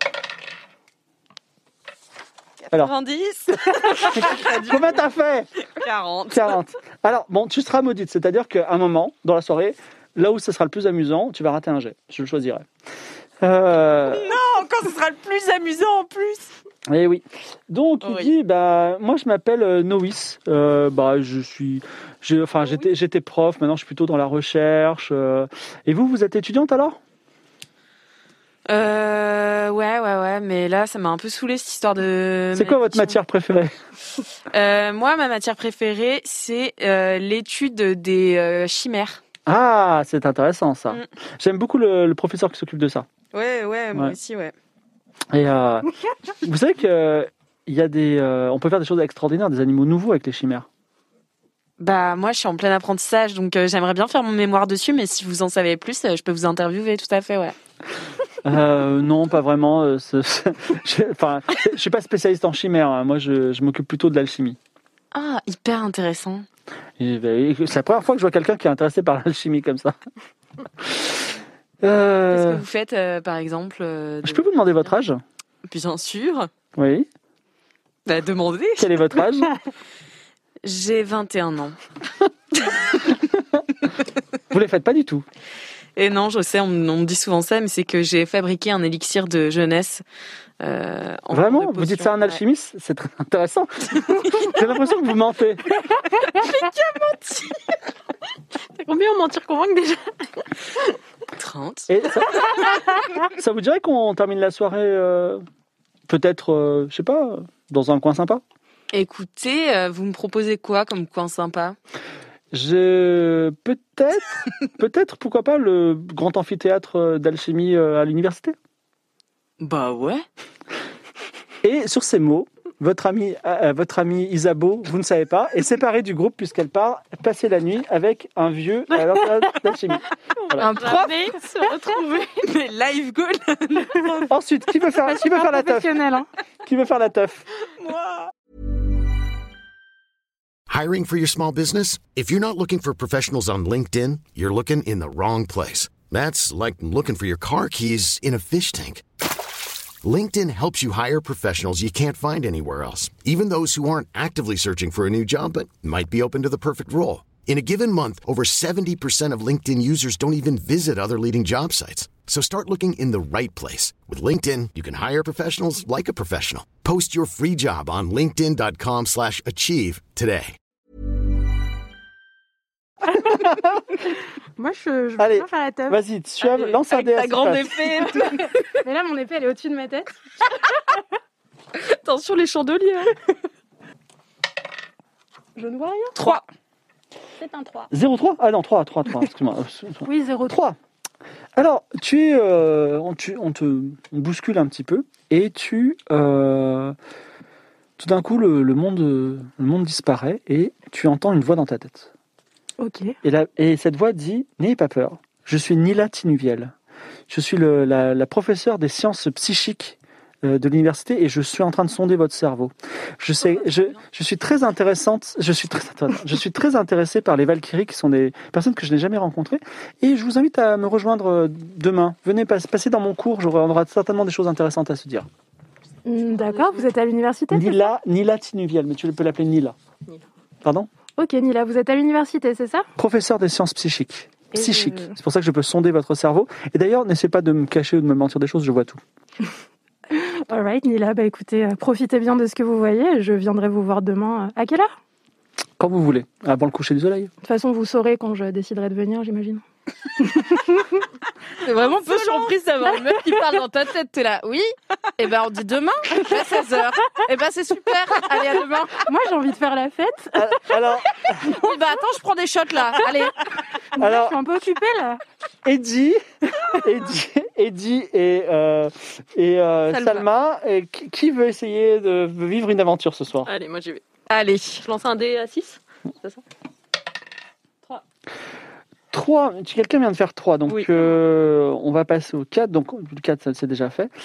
Alors. 90. Combien t'as fait? 40. 40. Alors, bon, tu seras maudite, c'est-à-dire qu'à un moment, dans la soirée, là où ça sera le plus amusant, tu vas rater un jet. Je le choisirai. Non, quand ce sera le plus amusant en plus. Eh oui. Donc, il Oui. dit, moi, je m'appelle Noïs. J'étais prof, maintenant je suis plutôt dans la recherche. Et vous êtes étudiante alors? Ouais, mais là, ça m'a un peu saoulé cette histoire de. C'est quoi votre matière préférée? Moi, ma matière préférée, c'est l'étude des chimères. Ah, c'est intéressant ça. Mm. J'aime beaucoup le professeur qui s'occupe de ça. Ouais, moi Ouais. aussi, ouais. Et vous savez que il y a on peut faire des choses extraordinaires, des animaux nouveaux avec les chimères. Bah, moi, je suis en plein apprentissage, donc j'aimerais bien faire mon mémoire dessus, mais si vous en savez plus, je peux vous interviewer, tout à fait, ouais. Non, pas vraiment. Je suis pas spécialiste en chimère. Hein. Moi, je m'occupe plutôt de l'alchimie. Ah, hyper intéressant. Et c'est la première fois que je vois quelqu'un qui est intéressé par l'alchimie comme ça. Qu'est-ce que vous faites, par exemple Je peux vous demander votre âge? Bien sûr. Oui. Bah, demandez. Quel est votre âge? J'ai 21 ans. Vous les faites pas du tout. Et non, je sais, on me dit souvent ça, mais c'est que j'ai fabriqué un élixir de jeunesse. En Vraiment? forme de Vous dites ça à un potion, alchimiste? C'est très intéressant. J'ai l'impression que vous mentez. T'as combien en mentir convaincre déjà? ouais. 30. Et ça vous dirait qu'on termine la soirée peut-être, je sais pas, dans un coin sympa? Écoutez, vous me proposez quoi comme coin sympa? Peut-être, pourquoi pas, le grand amphithéâtre d'alchimie à l'université. Bah ouais. Et sur ces mots, votre amie Isabeau, vous ne savez pas, est séparée du groupe puisqu'elle part passer la nuit avec un vieux à l'amphithéâtre d'alchimie. Voilà. Un prof. Se retrouver. Mais live goal. Ensuite, qui veut faire la teuf? Professionnel, hein. Qui veut faire la teuf? Moi. Hiring for your small business? If you're not looking for professionals on LinkedIn, you're looking in the wrong place. That's like looking for your car keys in a fish tank. LinkedIn helps you hire professionals you can't find anywhere else, even those who aren't actively searching for a new job but might be open to the perfect role. In a given month, over 70% of LinkedIn users don't even visit other leading job sites. So start looking in the right place. With LinkedIn, you can hire professionals like a professional. Post your free job on linkedin.com/achieve today. Moi, je veux Allez, bien faire la teuf. Vas-y, lance un dé à Ta six grande faces. épée. et tout. Mais là, mon épée, elle est au-dessus de ma tête. Attention les chandeliers. Hein. Je ne vois rien. 3. C'est un 3. 0,3? Ah non, 3, excuse-moi. Oui, 0,3. 3. Alors, on te bouscule un petit peu et tout d'un coup, le monde disparaît et tu entends une voix dans ta tête. Ok. Et cette voix dit, n'ayez pas peur, je suis Nila Tinuviel. Je suis la professeure des sciences psychiques de l'université et je suis en train de sonder votre cerveau. Je suis très intéressante. Je suis très intéressée par les Valkyries, qui sont des personnes que je n'ai jamais rencontrées. Et je vous invite à me rejoindre demain. Venez passer dans mon cours. On aura certainement des choses intéressantes à se dire. D'accord, vous êtes à l'université? Nila Tinuviel, mais tu peux l'appeler Nila. Pardon? Ok, Nila, vous êtes à l'université, c'est ça? Professeur des sciences psychiques. Et Psychique. C'est pour ça que je peux sonder votre cerveau. Et d'ailleurs, n'essayez pas de me cacher ou de me mentir des choses, je vois tout. Alright, Nila, écoutez, profitez bien de ce que vous voyez. Je viendrai vous voir demain. À quelle heure? Quand vous voulez, avant le coucher du soleil. De toute façon, vous saurez quand je déciderai de venir, j'imagine. C'est vraiment peu surprise d'avoir une meuf qui parle dans ta tête. T'es là, oui. Et ben on dit demain, à 16h. Et ben c'est super. Allez, à demain. Moi, j'ai envie de faire la fête. Alors, Oui, bah attends, je prends des shots là. Allez. Je suis un peu occupée, là. Eddie et Salma, et qui veut essayer de vivre une aventure ce soir? Allez, moi j'y vais. Allez. Je lance un dé à 6. C'est ça? 3, quelqu'un vient de faire 3, donc Oui. on va passer au 4. Donc le 4, ça c'est déjà fait.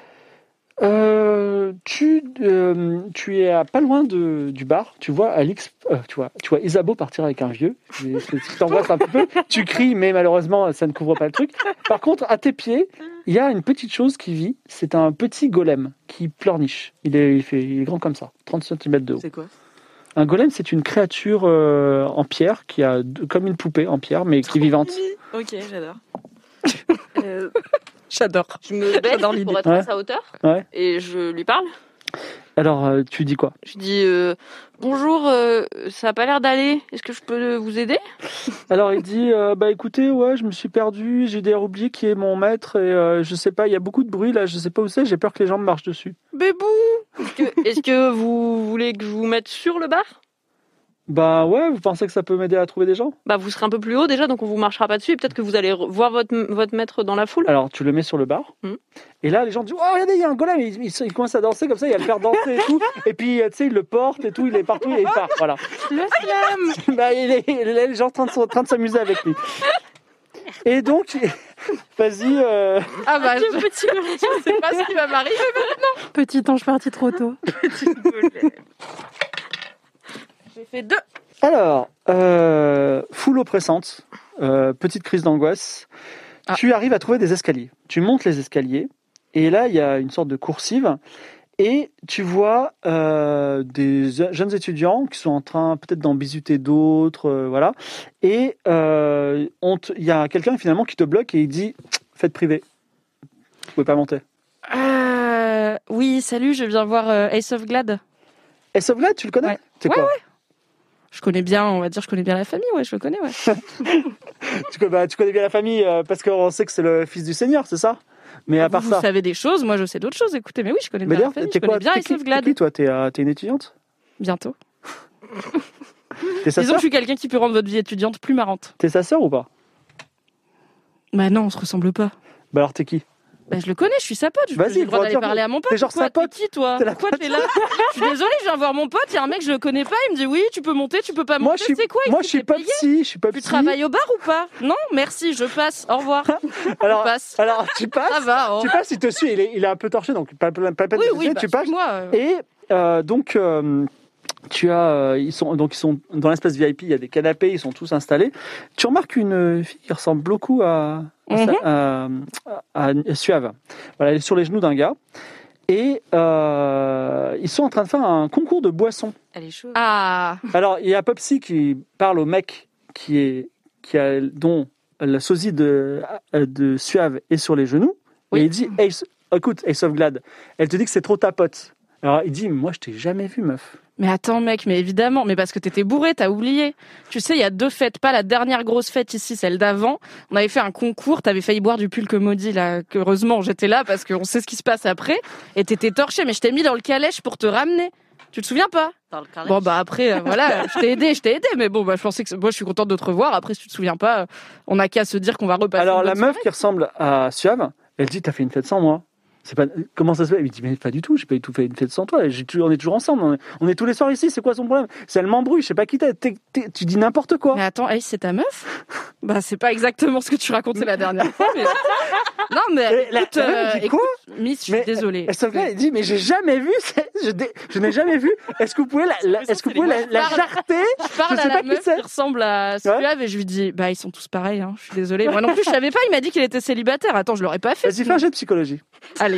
Tu es pas loin du bar. Tu vois Alix, tu vois Isabeau partir avec un vieux. Tu t'angoisses un petit peu. Tu cries, mais malheureusement, ça ne couvre pas le truc. Par contre, à tes pieds, il y a une petite chose qui vit. C'est un petit golem qui pleurniche. Il est grand comme ça, 30 cm de haut. C'est quoi? Un golem, c'est une créature en pierre qui a comme une poupée en pierre, mais qui est vivante. Ok, j'adore. J'adore. Je me baisse J'adore l'idée. pour être à sa hauteur Ouais. et je lui parle. Alors, tu dis quoi? Je dis bonjour, ça a pas l'air d'aller. Est-ce que je peux vous aider? Alors il dit écoutez, ouais, je me suis perdu, j'ai d'ailleurs oublié qui est mon maître et je sais pas, il y a beaucoup de bruit là, je sais pas où c'est, j'ai peur que les gens me marchent dessus. Bébou. Est-ce que vous voulez que je vous mette sur le bar? Bah ouais, vous pensez que ça peut m'aider à trouver des gens? Bah vous serez un peu plus haut déjà, donc on vous marchera pas dessus et peut-être que vous allez voir votre maître dans la foule. Alors tu le mets sur le bar et là les gens disent oh regardez, il y a un golem, il commence à danser comme ça, il va le faire danser et tout, et puis tu sais il le porte et tout, il est partout et il part, voilà. Le slam. Bah les gens sont en train de s'amuser avec lui. Et donc vas-y. Ah bah je sais pas ce qui va m'arriver. Petit ange parti trop tôt. J'ai fait 2. Alors, foule oppressante, petite crise d'angoisse. Ah. Tu arrives à trouver des escaliers. Tu montes les escaliers et là il y a une sorte de coursive et tu vois des jeunes étudiants qui sont en train peut-être d'en bisuter d'autres, voilà. Et il y a quelqu'un finalement qui te bloque et il dit faites privé. Vous pouvez pas monter. Oui, salut, je viens voir Ace of Glad. Et Sauvegarde, tu le connais? Ouais. C'est Ouais, quoi? Je connais bien, on va dire, je connais bien la famille, ouais, je le connais, ouais. Tu connais bien la famille parce qu'on sait que c'est le fils du Seigneur, c'est ça? Mais à part vous ça. savez des choses, moi je sais d'autres choses, écoutez, mais oui, je connais Mais bien la d'ailleurs, famille, t'es je connais quoi? bien T'es Ace of qui Glad. toi? T'es une étudiante? Bientôt. T'es sa Disons que sœur? je suis quelqu'un qui peut rendre votre vie étudiante plus marrante. T'es sa sœur ou pas? Bah non, on se ressemble pas. Bah alors t'es qui? Bah je le connais, je suis sa pote, Vas-y, j'ai le droit faut d'aller dire- parler à mon pote. t'es genre ou quoi? sa pote. T'es qui toi? T'es la Pourquoi t'es là? Je suis désolée, je viens voir mon pote, il y a un mec je le connais pas, il me dit oui, tu peux monter, tu peux pas monter, c'est quoi? Moi je suis pas psy, je suis pas Tu psy. travailles au bar ou pas? Non, merci, je passe. Au revoir. Alors, Je passe. alors tu passes. Ça va. Tu passes, il te suit, il est un peu torché, donc pas peine de Oui, te oui, suivre, bah, tu passes. moi. Et donc tu as, ils sont dans l'espace VIP, il y a des canapés, ils sont tous installés. Tu remarques une fille qui ressemble beaucoup à Suave. Voilà, elle est sur les genoux d'un gars. Et ils sont en train de faire un concours de boissons. Elle est chaude. Ah. Alors, il y a Popsy qui parle au mec dont le sosie de Suave est sur les genoux. Oui. Et il dit écoute, Ace of Glad, elle te dit que c'est trop ta pote. Alors, il dit moi, je t'ai jamais vu, meuf. Mais attends, mec, mais évidemment, mais parce que t'étais bourré, t'as oublié. Tu sais, il y a 2 fêtes, pas la dernière grosse fête ici, celle d'avant. On avait fait un concours, t'avais failli boire du pulque maudit, là. Heureusement, j'étais là parce qu'on sait ce qui se passe après. Et t'étais torché, mais je t'ai mis dans le calèche pour te ramener. Tu te souviens pas? Dans le carré. Bon, bah après, voilà, je t'ai aidé. Mais bon, bah je pensais que moi, je suis contente de te revoir. Après, si tu te souviens pas, on n'a qu'à se dire qu'on va repasser. Alors, une la bonne meuf soirée. qui ressemble à Suave, elle dit t'as fait une fête sans moi. C'est pas comment ça se fait? Il dit mais pas du tout, j'ai pas du tout fait une fête sans toi. On est toujours ensemble, on est tous les soirs ici. C'est quoi son problème? C'est elle m'embrouille, je sais pas qui t'es. Tu dis n'importe quoi. Mais attends, Ace, c'est ta meuf? Bah, c'est pas exactement ce que tu racontais la dernière fois, mais... Non, mais La écoute, meuf dit quoi? Miss, je suis Mais désolée. Elle elle dit mais j'ai jamais vu, je n'ai jamais vu. Est-ce que vous pouvez la jarter? Je parle Je à sais la pas qui meuf c'est. qui ressemble à Suave et je lui dis, bah, ils sont tous pareils, hein. Je suis désolée. Moi non plus, je savais pas, il m'a dit qu'il était célibataire. Attends, je l'aurais pas fait. Vas-y, fais un jet de psychologie. Allez.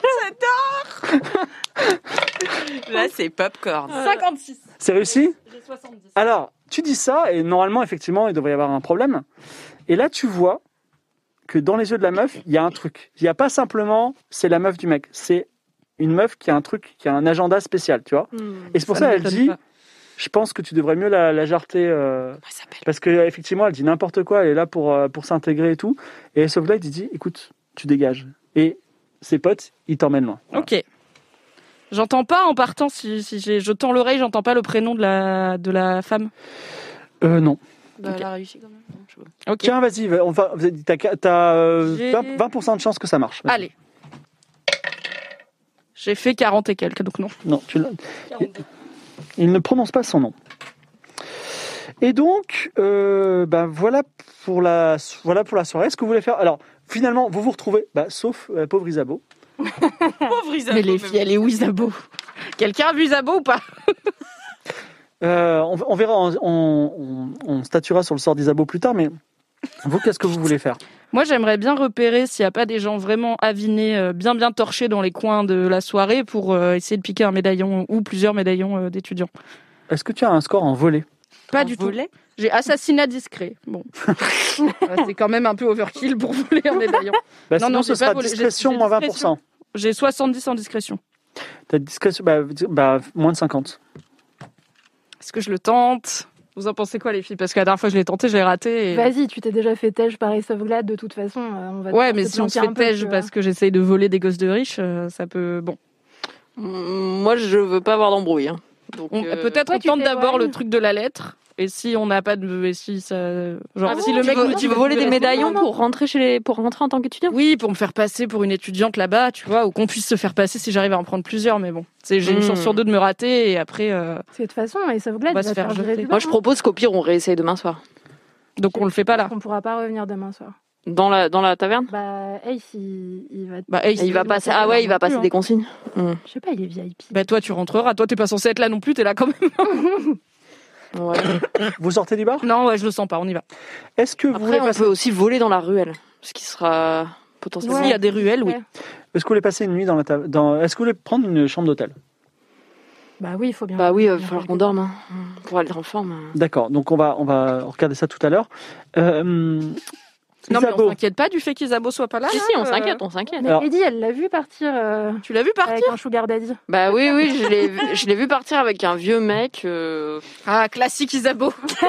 Là, c'est popcorn. 56. C'est réussi? J'ai 70. Alors, tu dis ça et normalement, effectivement, il devrait y avoir un problème. Et là, tu vois que dans les yeux de la meuf, il y a un truc. Il n'y a pas simplement c'est la meuf du mec. C'est une meuf qui a un truc, qui a un agenda spécial, tu vois. Et c'est pour ça, elle m'étonne dit pas. je pense que tu devrais mieux la jarter. Parce qu'effectivement, elle dit n'importe quoi. Elle est là pour s'intégrer et tout. Et Softlight, il dit écoute, tu dégages. Et ses potes, ils t'emmènent loin. Voilà. Ok. J'entends pas en partant, si je tends l'oreille, j'entends pas le prénom de la femme. Non. Bah, Ok. elle a réussi quand même. Non, je sais pas. Ok. Tiens, vas-y, t'as J'ai- 20% de chance que ça marche. Vas-y. Allez. J'ai fait 40 et quelques, donc non. Non, il ne prononce pas son nom. Et donc, voilà pour la soirée. Est-ce que vous voulez faire... Alors, finalement, vous retrouvez, sauf pauvre Isabeau. Pauvre Isabeau. Mais les filles, elle est où Isabeau? Quelqu'un a vu Isabeau ou pas? On verra, on statuera sur le sort d'Isabeau plus tard, mais vous, qu'est-ce que vous voulez faire? Moi, j'aimerais bien repérer s'il n'y a pas des gens vraiment avinés, bien torchés dans les coins de la soirée pour essayer de piquer un médaillon ou plusieurs médaillons d'étudiants. Est-ce que tu as un score en volée? Pas du tout. J'ai assassinat discret. Bon. C'est quand même un peu overkill pour voler un médaillon. Sinon, ce j'ai sera pas volé. discrétion J'ai moins discrétion. 20%. J'ai 70 en discrétion. T'as discrétion, moins de 50. Est-ce que je le tente? Vous en pensez quoi, les filles? Parce que la dernière fois, je l'ai tenté, je l'ai raté. Et... Vas-y, tu t'es déjà fait tège par Ace of Glad, de toute façon. On va Ouais, devoir mais se si on se planquer fait un peu, tège tu vois. parce que j'essaye de voler des gosses de riches, ça peut... Bon. Moi, je veux pas avoir d'embrouille. Hein. Donc, Peut-être toi, on tu tente d'abord t'éloignes. le truc de la lettre. Et si on n'a pas de... Et si ça... Genre, Ah si bon, le mec nous dit... tu veux voler des médaillons non. pour rentrer pour rentrer en tant qu'étudiant? Oui, pour me faire passer pour une étudiante là-bas, tu vois, ou qu'on puisse se faire passer si j'arrive à en prendre plusieurs, mais bon. J'ai une chance sur deux de me rater, et après... Parce que de toute façon, Ace of Glad, On va il se va faire faire jeter. virer Moi, je propose qu'au pire, on réessaye demain soir. Donc on le fait pas là. On pourra pas revenir demain soir. Dans la taverne? Ace, il va... Bah, hey, Il va passer. Ah ouais, il va passer des consignes. Je sais pas, il est VIP. Bah toi, tu rentreras. Toi, t'es pas censé être là non plus, t'es là quand même. Ouais. Vous sortez du bar? Non, ouais, je le sens pas, on y va. Est-ce que vous Après, voulez on passer... peut aussi voler dans la ruelle, ce qui sera potentiellement. S'il y a des ruelles, oui. Ouais. Est-ce que vous voulez passer une nuit dans la taverne? Est-ce que vous voulez prendre une chambre d'hôtel? Bah oui, il faut bien... Bah oui, il va falloir qu'on dorme pour aller en forme. D'accord, donc on va regarder ça tout à l'heure. Non, mais on Isabeau, s'inquiète pas du fait qu'Isabeau soit pas là. Si, là, si, on s'inquiète. Mais Alors- Eddie, elle l'a vu partir Tu l'as vu partir? avec un sugar daddy. Bah oui, je l'ai vu partir avec un vieux mec. Ah, classique Isabeau.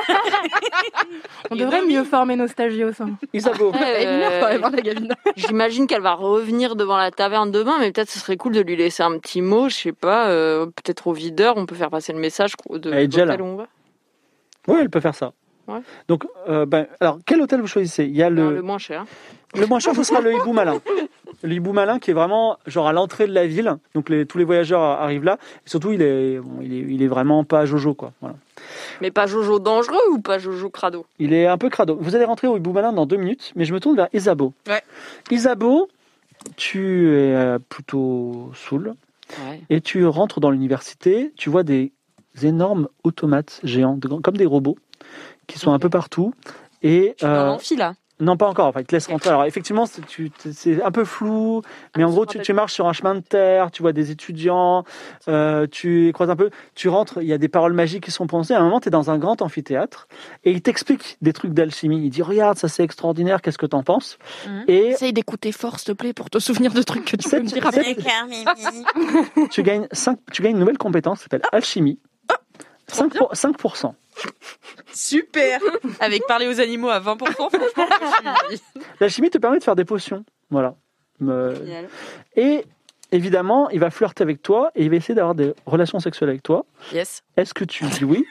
On devrait mieux former nos stagios. Isabeau, Elle est mineure quand même, hein, la gamine. J'imagine qu'elle va revenir devant la taverne demain, mais peut-être ce serait cool de lui laisser un petit mot, je sais pas, peut-être au videur, on peut faire passer le message de Elle est déjà l'hôtel là. où on va. oui, elle peut faire ça. Ouais. Donc, alors, quel hôtel vous choisissez? Il y a Le moins cher. le moins cher, ce sera le Hibou Malin. Le Hibou Malin qui est vraiment genre à l'entrée de la ville. Donc tous les voyageurs arrivent là. Et surtout, il est vraiment pas Jojo, quoi. Voilà. Mais pas Jojo dangereux ou pas Jojo crado? Il est un peu crado. Vous allez rentrer au Hibou Malin dans 2 minutes, mais je me tourne vers Isabeau. Ouais. Isabeau, tu es plutôt saoul Ouais. et tu rentres dans l'université. Tu vois des énormes automates géants, comme des robots, qui sont un peu partout. Et Dans l'amphi, là. non, pas encore. Enfin, ils te laissent rentrer. Alors, effectivement, c'est un peu flou, mais en gros, tu marches sur un chemin de terre, tu vois des étudiants, tu croises un peu, tu rentres, il y a des paroles magiques qui sont prononcées. À un moment, tu es dans un grand amphithéâtre et il t'explique des trucs d'alchimie. Il dit, regarde, ça c'est extraordinaire, qu'est-ce que t'en penses? Et Essaye d'écouter fort, s'il te plaît, pour te souvenir de trucs que tu peux me dire après. tu gagnes une nouvelle compétence qui s'appelle alchimie. 5%. Super. Avec parler aux animaux à 20%, franchement, L'alchimie te permet de faire des potions. Voilà. Et évidemment, il va flirter avec toi et il va essayer d'avoir des relations sexuelles avec toi. Yes. Est-ce que tu dis oui?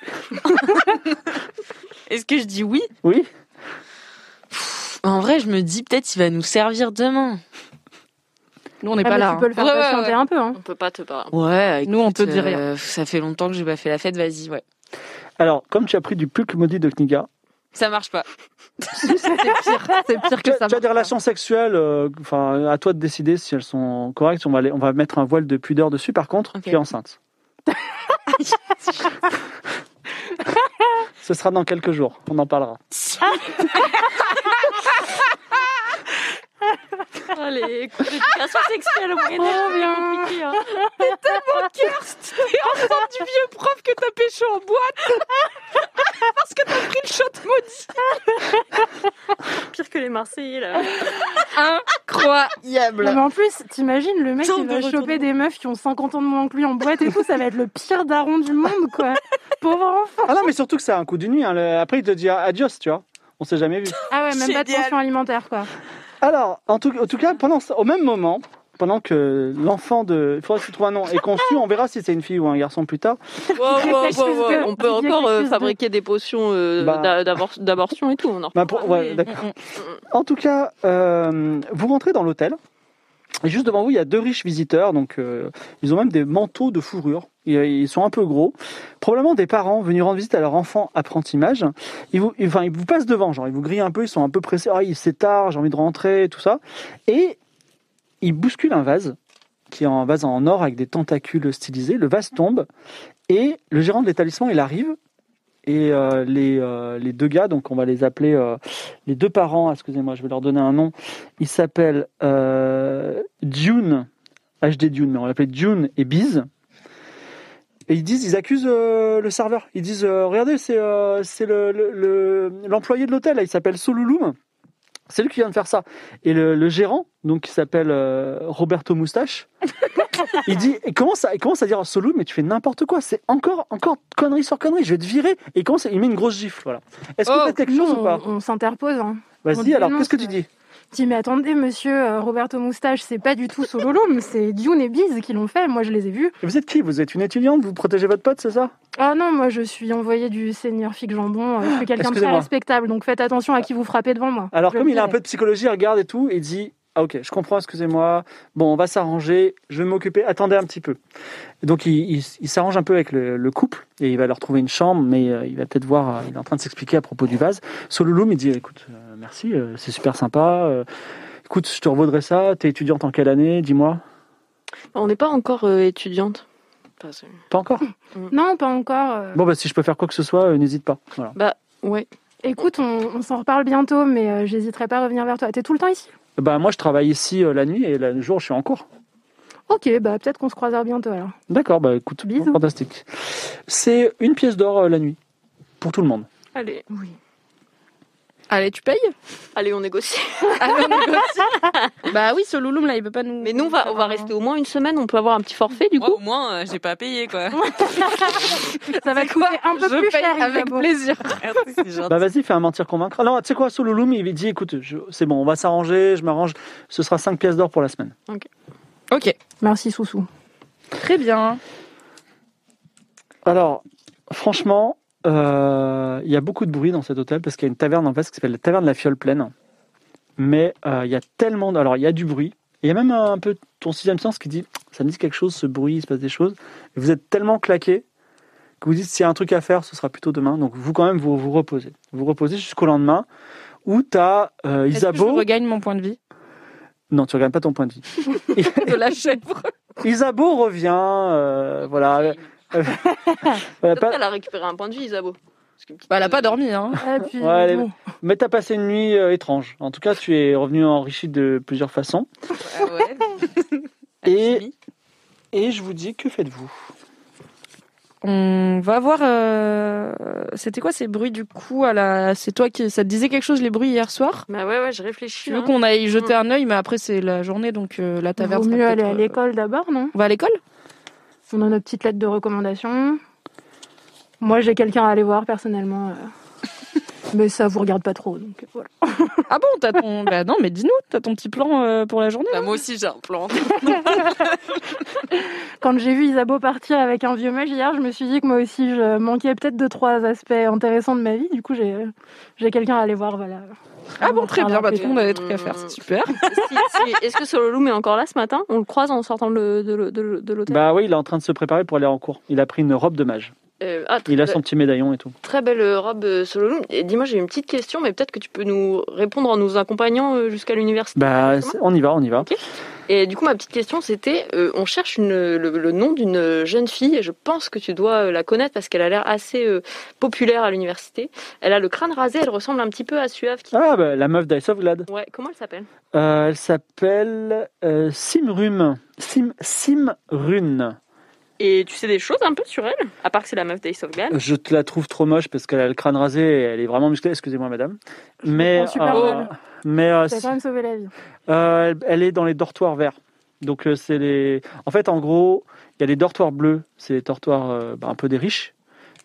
Est-ce que je dis oui? Oui. En vrai, je me dis peut-être il va nous servir demain. Nous, on n'est pas là. Tu peux le faire Ouais, patienter ouais. un peu. Hein. On peut pas te parler. Ouais, Nous, on te dit rien. Ça fait longtemps que j'ai pas fait la fête, vas-y, ouais. Alors, comme tu as pris du pulque maudit de Kniga, Ça marche pas. C'est pire tu que ça. as des relations sexuelles, à toi de décider si elles sont correctes. On va mettre un voile de pudeur dessus. Par contre, Ok. tu es enceinte. Ce sera dans quelques jours. On en parlera. Allez, l'éducation sexuelle au Moyen-Âge, c'est compliqué. Hein. T'es enceinte du vieux prof que t'as pécho en boîte parce que t'as pris le shot maudit. Pire que les Marseillais, là. Incroyable. Non, mais en plus, t'imagines le mec Tant qui de va retournements. choper des meufs qui ont 50 ans de moins que lui en boîte et tout, ça va être le pire daron du monde, quoi. Pauvre enfant. Ah non, mais surtout que c'est un coup d'une nuit. Hein. Après, il te dit adios, tu vois. On s'est jamais vu. Ah ouais, même pas de Génial. pension alimentaire, quoi. Alors, en tout cas, au même moment, pendant que l'enfant de... Il faudrait que tu trouves un nom. Est conçu, on verra si c'est une fille ou un garçon plus tard. On peut encore fabriquer des potions Bah. d'abortion et tout. On en Bah, reparlera. ouais, d'accord. En tout cas, vous rentrez dans l'hôtel. Et juste devant vous, il y a 2 riches visiteurs. Donc, ils ont même des manteaux de fourrure. Ils sont un peu gros. Probablement des parents venus rendre visite à leur enfant apprenti-mage. Ils vous passent devant, genre, ils vous grillent un peu, ils sont un peu pressés. Ah, c'est tard, j'ai envie de rentrer, tout ça. Et ils bousculent un vase, qui est un vase en or avec des tentacules stylisés. Le vase tombe. Et le gérant de l'établissement, il arrive. Et les 2 gars, donc on va les appeler les 2 parents, excusez-moi, je vais leur donner un nom. Ils s'appellent Dune, HD Dune, mais on l'appelait Dune et Biz. Et ils accusent le serveur. Ils disent, regardez, c'est l'employé de l'hôtel, là, il s'appelle Soluloum. C'est lui qui vient de faire ça. Et le gérant, donc qui s'appelle Roberto Moustache, il commence à dire à Solou, mais tu fais n'importe quoi, c'est encore connerie sur connerie, je vais te virer. Et il met une grosse gifle, voilà. Est-ce que tu fais quelque chose ou pas? On s'interpose. Hein. Vas-y, on alors, dénonce, qu'est-ce que tu dis? Je dis, mais attendez, monsieur Roberto Moustache, c'est pas du tout Sololoum, c'est Dune et Biz qui l'ont fait, moi je les ai vus. Et vous êtes qui? Vous êtes une étudiante? Vous protégez votre pote, c'est ça? Ah non, moi je suis envoyée du Seigneur Fig Jambon, je suis quelqu'un de très Excusez-moi. respectable, donc faites attention à qui vous frappez devant moi. Alors, Je comme le il a un dirai. peu de psychologie, il regarde et tout, et il dit, ah ok, je comprends, excusez-moi, bon, on va s'arranger, je vais m'occuper, attendez un petit peu. Et donc, il s'arrange un peu avec le couple, et il va leur trouver une chambre, mais il va peut-être voir, il est en train de s'expliquer à propos du vase. Sololoum, il dit, écoute, merci, c'est super sympa, écoute, je te revaudrai ça, t'es étudiante en quelle année, dis-moi? On n'est pas encore étudiante. Enfin, Pas encore? Non, pas encore. Bon, bah si je peux faire quoi que ce soit, n'hésite pas. Voilà. Bah, ouais. Écoute, on s'en reparle bientôt, mais j'hésiterai pas à revenir vers toi. T'es tout le temps ici? Bah moi, je travaille ici la nuit, et le jour, je suis en cours. Ok, bah peut-être qu'on se croisera bientôt alors. D'accord, bah écoute, Bisous. fantastique. C'est 1 pièce d'or la nuit, pour tout le monde. Allez. Oui. Allez, tu payes? Allez, on négocie. Bah oui, ce louloum là, il peut pas nous. Mais nous, on va rester au moins une semaine. On peut avoir un petit forfait, du Moi, coup. au moins, j'ai pas à payer, quoi. Ça va te coûter un peu Je plus paye cher, avec Isabeau. plaisir. Merci, c'est gentil. Bah vas-y, fais un mentir convaincre. Non, tu sais quoi, Sololoum, il dit, écoute, c'est bon, on va s'arranger, je m'arrange, ce sera 5 pièces d'or pour la semaine. Ok, Merci, Soussou. très bien. Alors, franchement, il y a beaucoup de bruit dans cet hôtel, parce qu'il y a une taverne en face qui s'appelle la taverne de la Fiole Pleine. Mais il y a tellement... Alors, il y a du bruit. Et il y a même un peu ton 6e sens qui dit, ça me dit quelque chose, ce bruit, il se passe des choses. Et vous êtes tellement claqués que vous dites, s'il y a un truc à faire, ce sera plutôt demain. Donc, vous, quand même, vous reposez. Vous reposez jusqu'au lendemain, où tu as Est-ce que je Isabeau... regagne mon point de vie Non, tu ne regagnes pas ton point de vie. de la chèvre? Isabeau revient, voilà. Voilà, Peut-être qu'elle a récupéré un point de vie, Isabeau. Parce que Bah, elle a pas dormi, hein. Et puis, Ouais, allez. bon. Mais t'as passé une nuit étrange. En tout cas, tu es revenu enrichi de plusieurs façons. Ouais. Et, et je vous dis, que faites-vous? On va voir. C'était quoi ces bruits du coup C'est toi qui. Ça te disait quelque chose les bruits hier soir? Bah ouais, je réfléchis. Tu veux qu'on aille jeter un œil, mais après c'est la journée, donc la taverne. Vaut sera mieux aller peut-être, à l'école d'abord, non? On va à l'école? On a nos petites lettres de recommandation. Moi, j'ai quelqu'un à aller voir personnellement. Mais ça vous regarde pas trop, donc voilà. Ah bon, t'as ton. Bah non, mais dis-nous, t'as ton petit plan pour la journée? Bah, moi aussi, j'ai un plan. Quand j'ai vu Isabeau partir avec un vieux mage hier, je me suis dit que moi aussi, je manquais peut-être 2-3 aspects intéressants de ma vie. Du coup, j'ai quelqu'un à aller voir, voilà. Ah bon, On très va bien, faire bah un tout le monde a des trucs à faire, c'est super. Est-ce que Sololoum est encore là ce matin? On le croise en sortant de l'hôtel? Bah oui, il est en train de se préparer pour aller en cours. Il a pris une robe de mage. Il a son petit médaillon et tout. Très belle robe Sololoum. Et dis-moi, j'ai une petite question, mais peut-être que tu peux nous répondre en nous accompagnant jusqu'à l'université. Bah, on y va. Ok. Et du coup, ma petite question, c'était, on cherche le nom d'une jeune fille, et je pense que tu dois la connaître parce qu'elle a l'air assez populaire à l'université. Elle a le crâne rasé, elle ressemble un petit peu à Suave. Ah, bah, la meuf d'Ice of Glad. Ouais, comment elle s'appelle? Elle s'appelle Simrune. Simrune. Et tu sais des choses un peu sur elle? À part que c'est la meuf d'Ace of Glad. Je te la trouve trop moche parce qu'elle a le crâne rasé et elle est vraiment musclée. Excusez-moi, madame. Mais, comprends super mal. mais Ça a quand même sauvé la vie. elle est dans les dortoirs verts. Donc, c'est les. En fait, en gros, il y a les dortoirs bleus. C'est les dortoirs un peu des riches.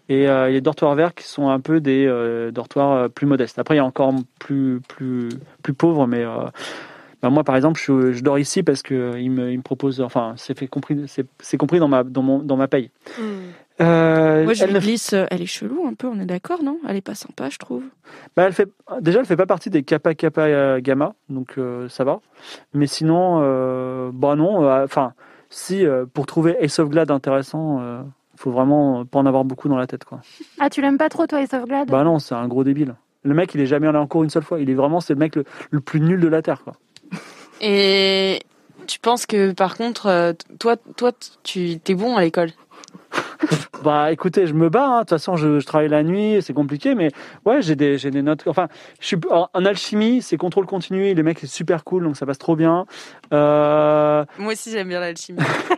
Et il y a des dortoirs verts qui sont un peu des dortoirs plus modestes. Après, il y a encore plus pauvres, mais moi, par exemple, je dors ici parce qu'il me propose... Enfin, c'est compris dans ma paye. Moi, je glisse. Elle est chelou un peu, on est d'accord, non? Elle est pas sympa, je trouve. Elle fait pas partie des Kappa Gamma, donc ça va. Mais sinon, non. Si pour trouver Ace of Glad intéressant, faut vraiment pas en avoir beaucoup dans la tête, quoi. Ah, tu l'aimes pas trop, toi, Ace of Glad? Bah non, c'est un gros débile. Le mec, il est jamais allé en cours une seule fois. C'est le mec le plus nul de la terre, quoi. Et tu penses que, par contre, toi, t'es bon à l'école? Bah écoutez, je me bats, hein. De toute façon je travaille la nuit, c'est compliqué, mais ouais, j'ai des notes. Enfin, je suis en alchimie, c'est contrôle continu, le mec est super cool, donc ça passe trop bien. Moi aussi j'aime bien l'alchimie.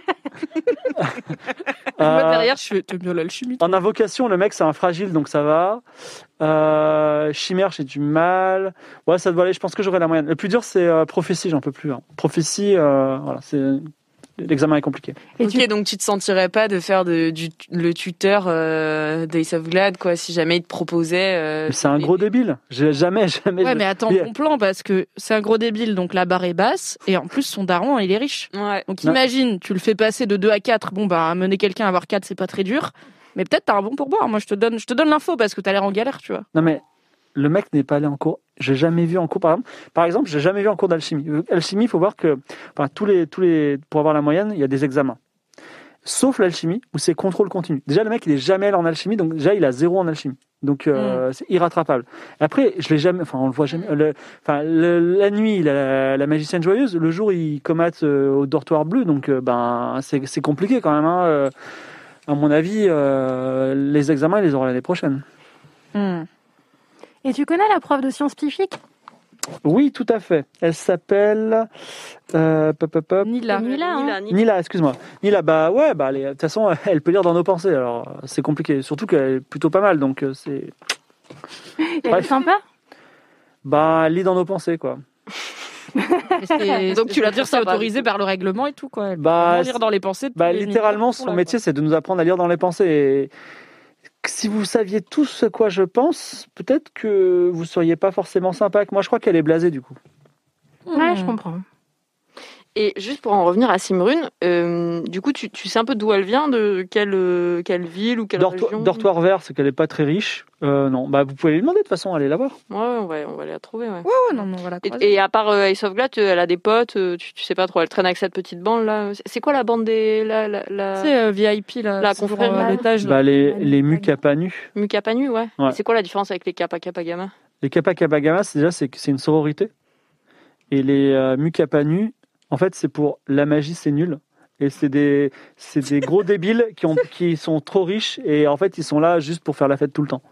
Moi derrière, t'aimes bien l'alchimie. En invocation, le mec c'est un fragile, donc ça va. Chimère, j'ai du mal. Ouais, ça doit aller, je pense que j'aurai la moyenne. Le plus dur c'est prophétie, j'en peux plus. Hein. Prophétie, voilà, l'examen est compliqué. Donc tu te sentirais pas de faire le tuteur d'Ace of Glad, quoi, si jamais il te proposait. C'est un gros débile. Jamais. Ouais, mais attends ton plan, parce que c'est un gros débile, donc la barre est basse, et en plus son daron, il est riche. Ouais. Donc imagine, tu le fais passer de 2 à 4, mener quelqu'un à avoir 4, c'est pas très dur, mais peut-être t'as un bon pourboire. Moi, je te donne l'info parce que t'as l'air en galère, tu vois. Non, mais le mec n'est pas allé en cours. J'ai jamais vu en cours, par exemple, j'ai jamais vu en cours d'alchimie. Alchimie, il faut voir que tous les pour avoir la moyenne, il y a des examens. Sauf l'alchimie où c'est contrôle continu. Déjà, le mec, il est jamais allé en alchimie, donc déjà, il a 0 en alchimie. Donc c'est irrattrapable. Après, je l'ai jamais, on le voit jamais. La nuit, il a la magicienne joyeuse. Le jour, il comate au dortoir bleu. Donc c'est compliqué quand même. Hein. À mon avis, les examens, il les aura l'année prochaine. Et tu connais la prof de sciences psychiques? Oui, tout à fait. Elle s'appelle Nila. Nila, excuse-moi. Nila, de toute façon, elle peut lire dans nos pensées. Alors, c'est compliqué. Surtout qu'elle est plutôt pas mal, donc c'est. Elle est sympa. Elle lit dans nos pensées, quoi. Donc tu l'as dire, c'est autorisé par le règlement et tout, quoi. Elle peut lire dans les pensées. Littéralement, son métier, c'est de nous apprendre à lire dans les pensées. Et si vous saviez tout ce quoi je pense, peut-être que vous seriez pas forcément sympa avec moi. Je crois qu'elle est blasée, du coup. Ouais, je comprends. Et juste pour en revenir à Simrune, du coup, tu sais un peu d'où elle vient, de quelle ville ou quelle région? Dortoir vert, c'est qu'elle est pas très riche. Non, vous pouvez lui demander de toute façon, allez la voir. Ouais, on va aller la trouver. Ouais, non, on va la croiser. Et à part Ace of Glad, elle a des potes, tu sais pas trop, elle traîne avec cette petite bande là. C'est quoi la bande des. C'est VIP, là. La confrérie à l'étage. Les Mukapanu. Mukapanu, ouais. Et c'est quoi la différence avec les Kappa Gamma? Les Kappa Gamma, c'est une sororité. Et les Mukapanu, en fait, c'est pour la magie, c'est nul. Et c'est des gros débiles qui sont trop riches et en fait, ils sont là juste pour faire la fête tout le temps.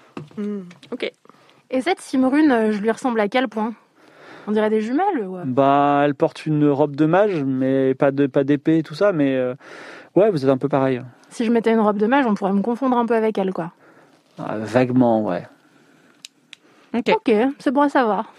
Ok. Et cette Simrune, je lui ressemble à quel point? On dirait des jumelles, ouais. Elle porte une robe de mage, mais pas d'épée et tout ça. Mais ouais, vous êtes un peu pareil. Si je mettais une robe de mage, on pourrait me confondre un peu avec elle, quoi. Vaguement, ouais. Ok, c'est bon à savoir.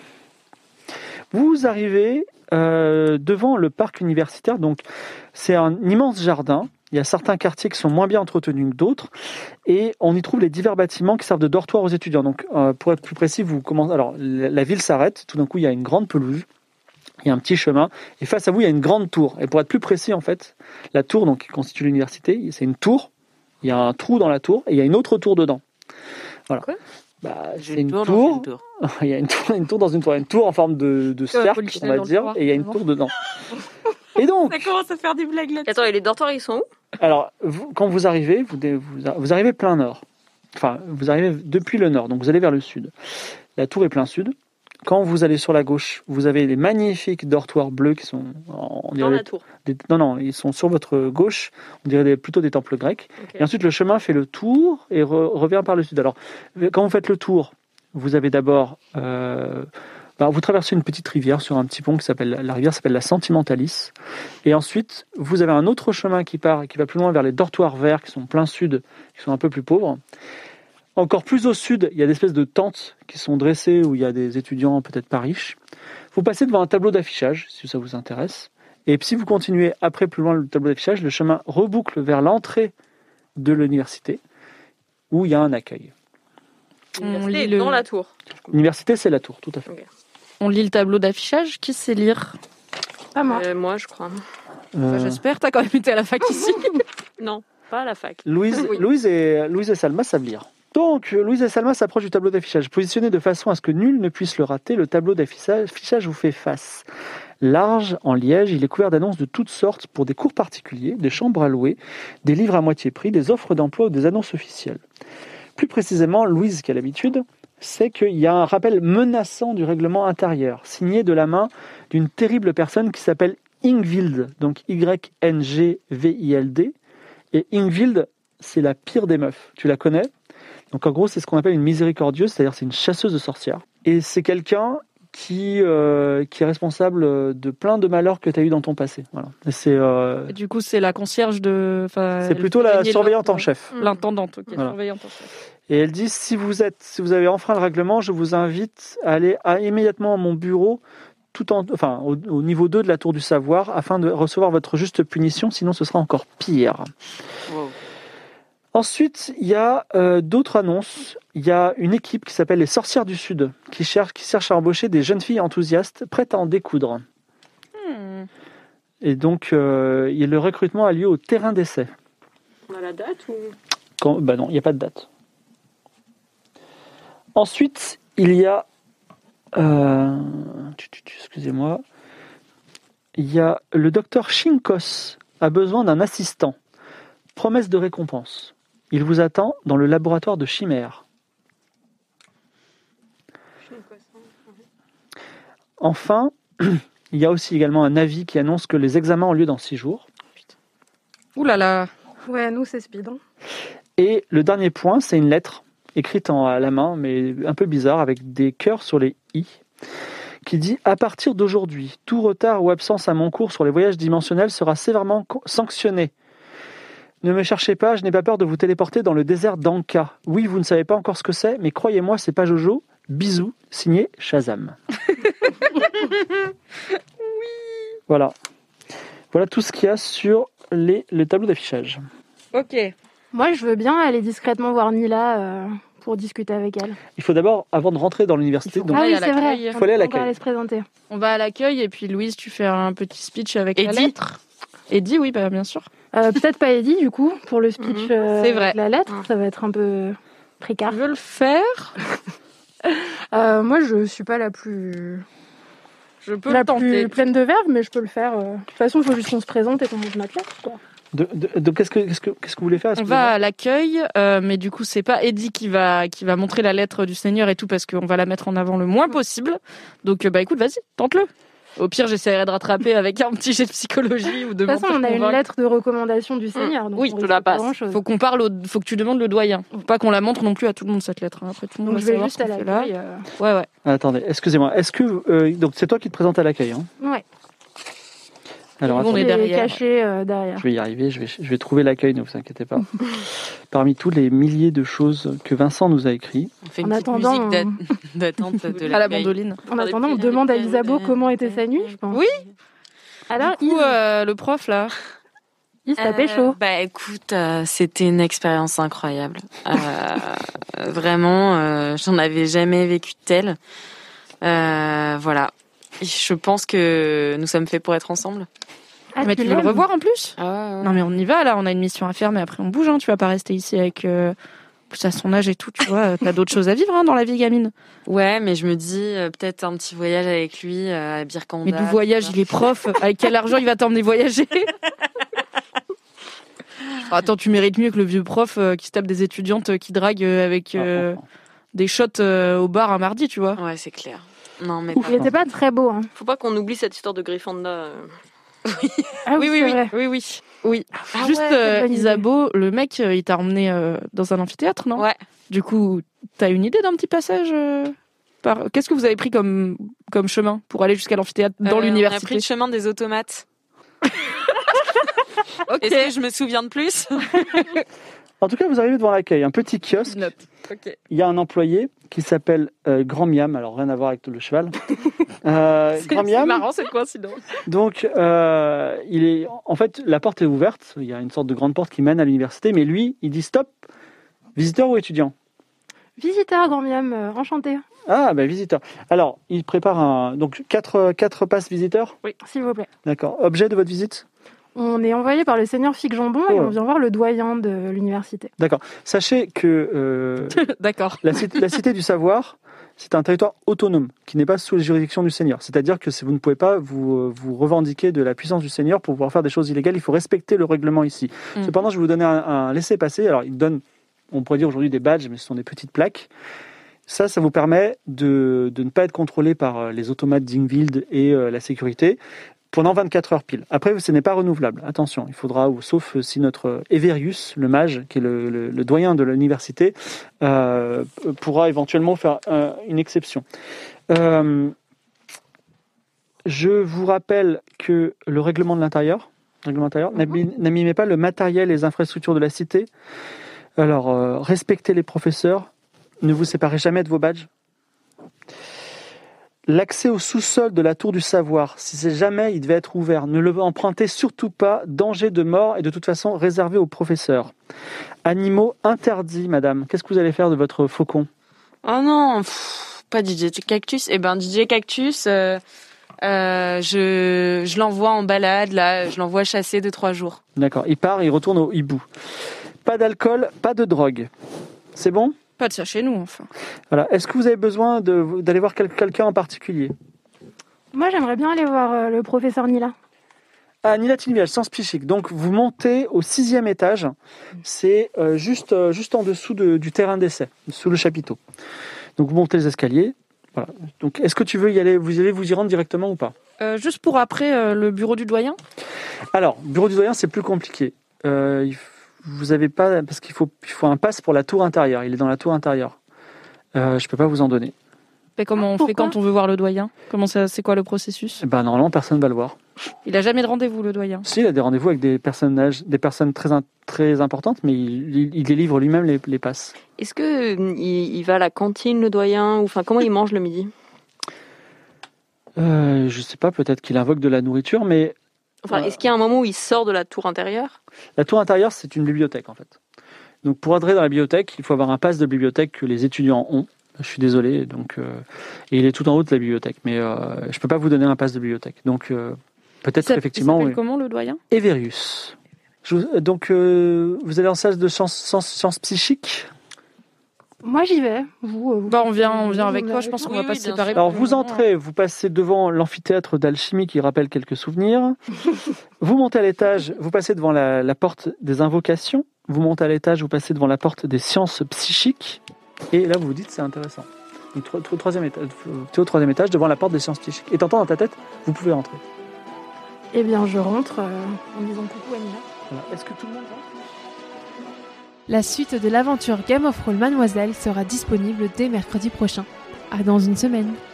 Vous arrivez devant le parc universitaire, donc c'est un immense jardin. Il y a certains quartiers qui sont moins bien entretenus que d'autres, et on y trouve les divers bâtiments qui servent de dortoir aux étudiants. Donc, pour être plus précis, alors la ville s'arrête. Tout d'un coup, il y a une grande pelouse, il y a un petit chemin, et face à vous, il y a une grande tour. Et pour être plus précis, en fait, la tour, donc qui constitue l'université, c'est une tour. Il y a un trou dans la tour, et il y a une autre tour dedans. Voilà. Quoi? C'est une tour. Il y a une tour dans une tour. Une tour en forme de cercle, on va dire, et il y a une tour dedans. Et donc, ça commence à faire des blagues là. Attends, et les dortoirs, ils sont où? Alors, quand vous arrivez, vous arrivez plein nord. Enfin, vous arrivez depuis le nord, donc vous allez vers le sud. La tour est plein sud. Quand vous allez sur la gauche, vous avez les magnifiques dortoirs bleus qui sont dans la tour. Non, ils sont sur votre gauche. On dirait plutôt des temples grecs. Okay. Et ensuite, le chemin fait le tour et revient par le sud. Alors, quand vous faites le tour, vous avez d'abord... vous traversez une petite rivière sur un petit pont la rivière s'appelle la Sentimentalis. Et ensuite, vous avez un autre chemin qui va plus loin vers les dortoirs verts qui sont plein sud, qui sont un peu plus pauvres. Encore plus au sud, il y a des espèces de tentes qui sont dressées où il y a des étudiants peut-être pas riches. Vous passez devant un tableau d'affichage, si ça vous intéresse. Et si vous continuez après plus loin le tableau d'affichage, le chemin reboucle vers l'entrée de l'université. où il y a un accueil. L'université lit est dans la tour. L'université, c'est la tour, tout à fait. On lit le tableau d'affichage. Qui sait lire? Pas moi. Moi, je crois. Enfin, j'espère. T'as quand même été à la fac ici. Non, pas à la fac. Louise et Salma savent lire. Donc, Louise et Salma s'approchent du tableau d'affichage. Positionné de façon à ce que nul ne puisse le rater, le tableau d'affichage vous fait face. Large, en liège, il est couvert d'annonces de toutes sortes pour des cours particuliers, des chambres à louer, des livres à moitié prix, des offres d'emploi ou des annonces officielles. Plus précisément, Louise, qui a l'habitude, sait qu'il y a un rappel menaçant du règlement intérieur, signé de la main d'une terrible personne qui s'appelle Ingvild, donc Y-N-G-V-I-L-D. Et Ingvild, c'est la pire des meufs. Tu la connais? Donc en gros, c'est ce qu'on appelle une miséricordieuse, c'est-à-dire c'est une chasseuse de sorcières. Et c'est quelqu'un qui est responsable de plein de malheurs que tu as eu dans ton passé. Voilà. Et du coup, c'est la concierge de... C'est plutôt la surveillante en chef. L'intendante, ok. Voilà. Surveillante en chef. Et elle dit, si vous avez enfreint le règlement, je vous invite à aller immédiatement à mon bureau, au niveau 2 de la tour du savoir, afin de recevoir votre juste punition, sinon ce sera encore pire. Wow. Ensuite, il y a d'autres annonces. Il y a une équipe qui s'appelle les Sorcières du Sud, qui cherche à embaucher des jeunes filles enthousiastes, prêtes à en découdre. Et donc, le recrutement a lieu au terrain d'essai. On a la date ou... Non, il n'y a pas de date. Ensuite, il y a... excusez-moi. Il y a le docteur Shinkos a besoin d'un assistant. Promesse de récompense. Il vous attend dans le laboratoire de chimères. Enfin, il y a aussi également un avis qui annonce que les examens ont lieu dans 6 jours. Ouh là là. Ouais, nous, c'est speed. Hein. Et le dernier point, c'est une lettre écrite à la main, mais un peu bizarre, avec des cœurs sur les i, qui dit « À partir d'aujourd'hui, tout retard ou absence à mon cours sur les voyages dimensionnels sera sévèrement sanctionné. Ne me cherchez pas, je n'ai pas peur de vous téléporter dans le désert d'Anka. Oui, vous ne savez pas encore ce que c'est, mais croyez-moi, c'est pas Jojo. Bisous, signé Shazam. » Oui. Voilà tout ce qu'il y a sur le tableau d'affichage. Ok. Moi, je veux bien aller discrètement voir Nila pour discuter avec elle. Il faut d'abord, avant de rentrer dans l'université, donc, Ah oui, à c'est vrai. l'accueil. Il faut aller à On l'accueil. va aller se présenter. On va à l'accueil et puis Louise, tu fais un petit speech avec la Eddie. lettre. Eddie, oui, bah, bien sûr. Peut-être pas Eddie, du coup, pour le speech C'est vrai. de la lettre. Ça va être un peu précaire. Tu veux le faire? Moi, je suis pas la plus... Je peux la le tenter. plus pleine de verve, mais je peux le faire. De toute façon, il faut juste qu'on se présente et qu'on monte notre lettre, quoi. Donc, qu'est-ce que vous voulez faire? On va à l'accueil, mais du coup, c'est pas Eddie qui va montrer la lettre du Seigneur et tout, parce qu'on va la mettre en avant le moins possible. Donc, écoute, vas-y, tente-le. Au pire, j'essaierai de rattraper avec un petit jet de psychologie ou de. De toute façon, on a une lettre de recommandation du Seigneur. Donc oui, on je te la risque pas passe. grand-chose. Faut que tu demandes le doyen. Faut pas qu'on la montre non plus à tout le monde cette lettre. Hein. Après, tout le monde Donc va je vais savoir juste ce à qu'on fait là. l'accueil. Ouais. Attendez, excusez-moi. Est-ce que donc c'est toi qui te présentes à l'accueil, hein? Ouais. Alors, On attendez, est derrière. Caché derrière. je vais y arriver. Je vais trouver l'accueil, ne vous inquiétez pas. Parmi tous les milliers de choses que Vincent nous a écrit, On fait En une petite attendant, musique d'attente de À la l'accueil. bandoline. En attendant, on demande à Isabeau comment était sa nuit, je pense. Oui. Alors, Du coup, le prof là. il s'est pécho. Bah écoute, c'était une expérience incroyable. Vraiment, j'en avais jamais vécu de telle. Voilà. Je pense que nous sommes faits pour être ensemble. Ah, Mais tu veux le l'aimes revoir en plus? Ah, Non mais on y va là, on a une mission à faire, mais après on bouge, hein. Tu vas pas rester ici avec plus à son âge et tout, tu vois, t'as d'autres choses à vivre hein, dans la vie gamine. Ouais, mais je me dis peut-être un petit voyage avec lui à Birkanda. Mais d'où voyage, il est prof, avec quel argent il va t'emmener voyager? Attends, tu mérites mieux que le vieux prof qui se tape des étudiantes qui draguent avec des shots au bar un mardi, tu vois. Ouais, c'est clair. Non, mais Il était pas très beau. Hein. Faut pas qu'on oublie cette histoire de Gryffondor. Ah oui, c'est vrai. oui. Ah Juste, ouais, quelle bonne idée. Isabeau, le mec, il t'a emmené dans un amphithéâtre, non? Ouais. Du coup, t'as une idée d'un petit passage Qu'est-ce que vous avez pris comme chemin pour aller jusqu'à l'amphithéâtre dans On a l'université? pris le chemin des automates. Ok. Est-ce que je me souviens de plus? en tout cas, vous arrivez devant l'accueil, un petit kiosque. Note. Ok. Il y a un employé qui s'appelle Grand Miam, alors rien à voir avec le cheval. C'est Grand Miam, marrant cette coïncidence. donc en fait, la porte est ouverte, il y a une sorte de grande porte qui mène à l'université, mais lui, il dit stop, Visiteur ou étudiant? Visiteur, grand miam, enchanté. Ah, visiteur. Alors, il prépare donc 4 passes visiteurs? Oui, s'il vous plaît. D'accord. Objet de votre visite? On est envoyé par le seigneur Fig Jambon et on vient voir le doyen de l'université. D'accord. Sachez que D'accord. la cité du savoir, c'est un territoire autonome qui n'est pas sous la juridiction du seigneur. C'est-à-dire que vous ne pouvez pas vous revendiquer de la puissance du seigneur pour pouvoir faire des choses illégales. Il faut respecter le règlement ici. Cependant, je vais vous donner un laissez-passer. Alors, il donne, on pourrait dire aujourd'hui des badges, mais ce sont des petites plaques. Ça vous permet de ne pas être contrôlé par les automates d'Ingvild et la sécurité pendant 24 heures pile. Après, ce n'est pas renouvelable. Attention, il faudra, sauf si notre Everius, le mage, qui est le doyen de l'université, pourra éventuellement faire une exception. Je vous rappelle que le règlement intérieur, n'abîmez pas le matériel et les infrastructures de la cité. Alors, respectez les professeurs. Ne vous séparez jamais de vos badges. L'accès au sous-sol de la tour du savoir, si c'est jamais il devait être ouvert, ne le empruntez surtout pas. Danger de mort et de toute façon réservé aux professeurs. Animaux interdits, madame. Qu'est-ce que vous allez faire de votre faucon? Oh non, pas DJ Cactus. DJ Cactus, je l'envoie en balade, là, je l'envoie chasser 2-3 jours. D'accord, il part, il retourne au hibou. Pas d'alcool, pas de drogue. C'est bon? Pas de ça chez nous, enfin. Voilà. Est-ce que vous avez besoin d'aller voir quelqu'un en particulier? Moi, j'aimerais bien aller voir le professeur Nila. Ah, Nila Tilviage, sciences psychiques. Donc, vous montez au 6e étage. C'est juste en dessous du terrain d'essai, sous le chapiteau. Donc, vous montez les escaliers. Voilà. Donc, est-ce que tu veux y aller? Vous allez vous y rendre directement ou pas? Juste pour après, le bureau du doyen. Alors, bureau du doyen, c'est plus compliqué. Vous avez pas, parce qu'il faut un pass pour la tour intérieure. Il est dans la tour intérieure. Je peux pas vous en donner. Mais comment on fait quand on veut voir le doyen? C'est quoi le processus? Normalement, personne va le voir. Il a jamais de rendez-vous, le doyen? Si, il a des rendez-vous avec des personnes très importantes, mais il délivre lui-même les passes. Est-ce que il va à la cantine, le doyen, ou enfin comment il mange le midi? Je sais pas, peut-être qu'il invoque de la nourriture, mais enfin, est-ce qu'il y a un moment où il sort de la tour intérieure? La tour intérieure, c'est une bibliothèque en fait. Donc pour entrer dans la bibliothèque, il faut avoir un pass de bibliothèque que les étudiants ont. Je suis désolé, et il est tout en haut de la bibliothèque, mais je peux pas vous donner un pass de bibliothèque. Donc peut-être effectivement. Il s'appelle comment le doyen? Everius. Donc vous allez en salle de sciences psychiques? Moi, j'y vais. On vient avec toi. Je pense qu'on va pas se séparer. Alors, vous entrez, vous passez devant l'amphithéâtre d'alchimie qui rappelle quelques souvenirs. Vous montez à l'étage, vous passez devant la porte des invocations. Vous montez à l'étage, vous passez devant la porte des sciences psychiques. Et là, vous vous dites, c'est intéressant. Donc, tu es au 3e étage, devant la porte des sciences psychiques. Et t'entends dans ta tête, vous pouvez rentrer. Eh bien, je rentre en disant coucou à Nila. Voilà. Est-ce que tout le monde rentre? La suite de l'aventure Game of Roll Mademoiselle sera disponible dès mercredi prochain. À dans une semaine.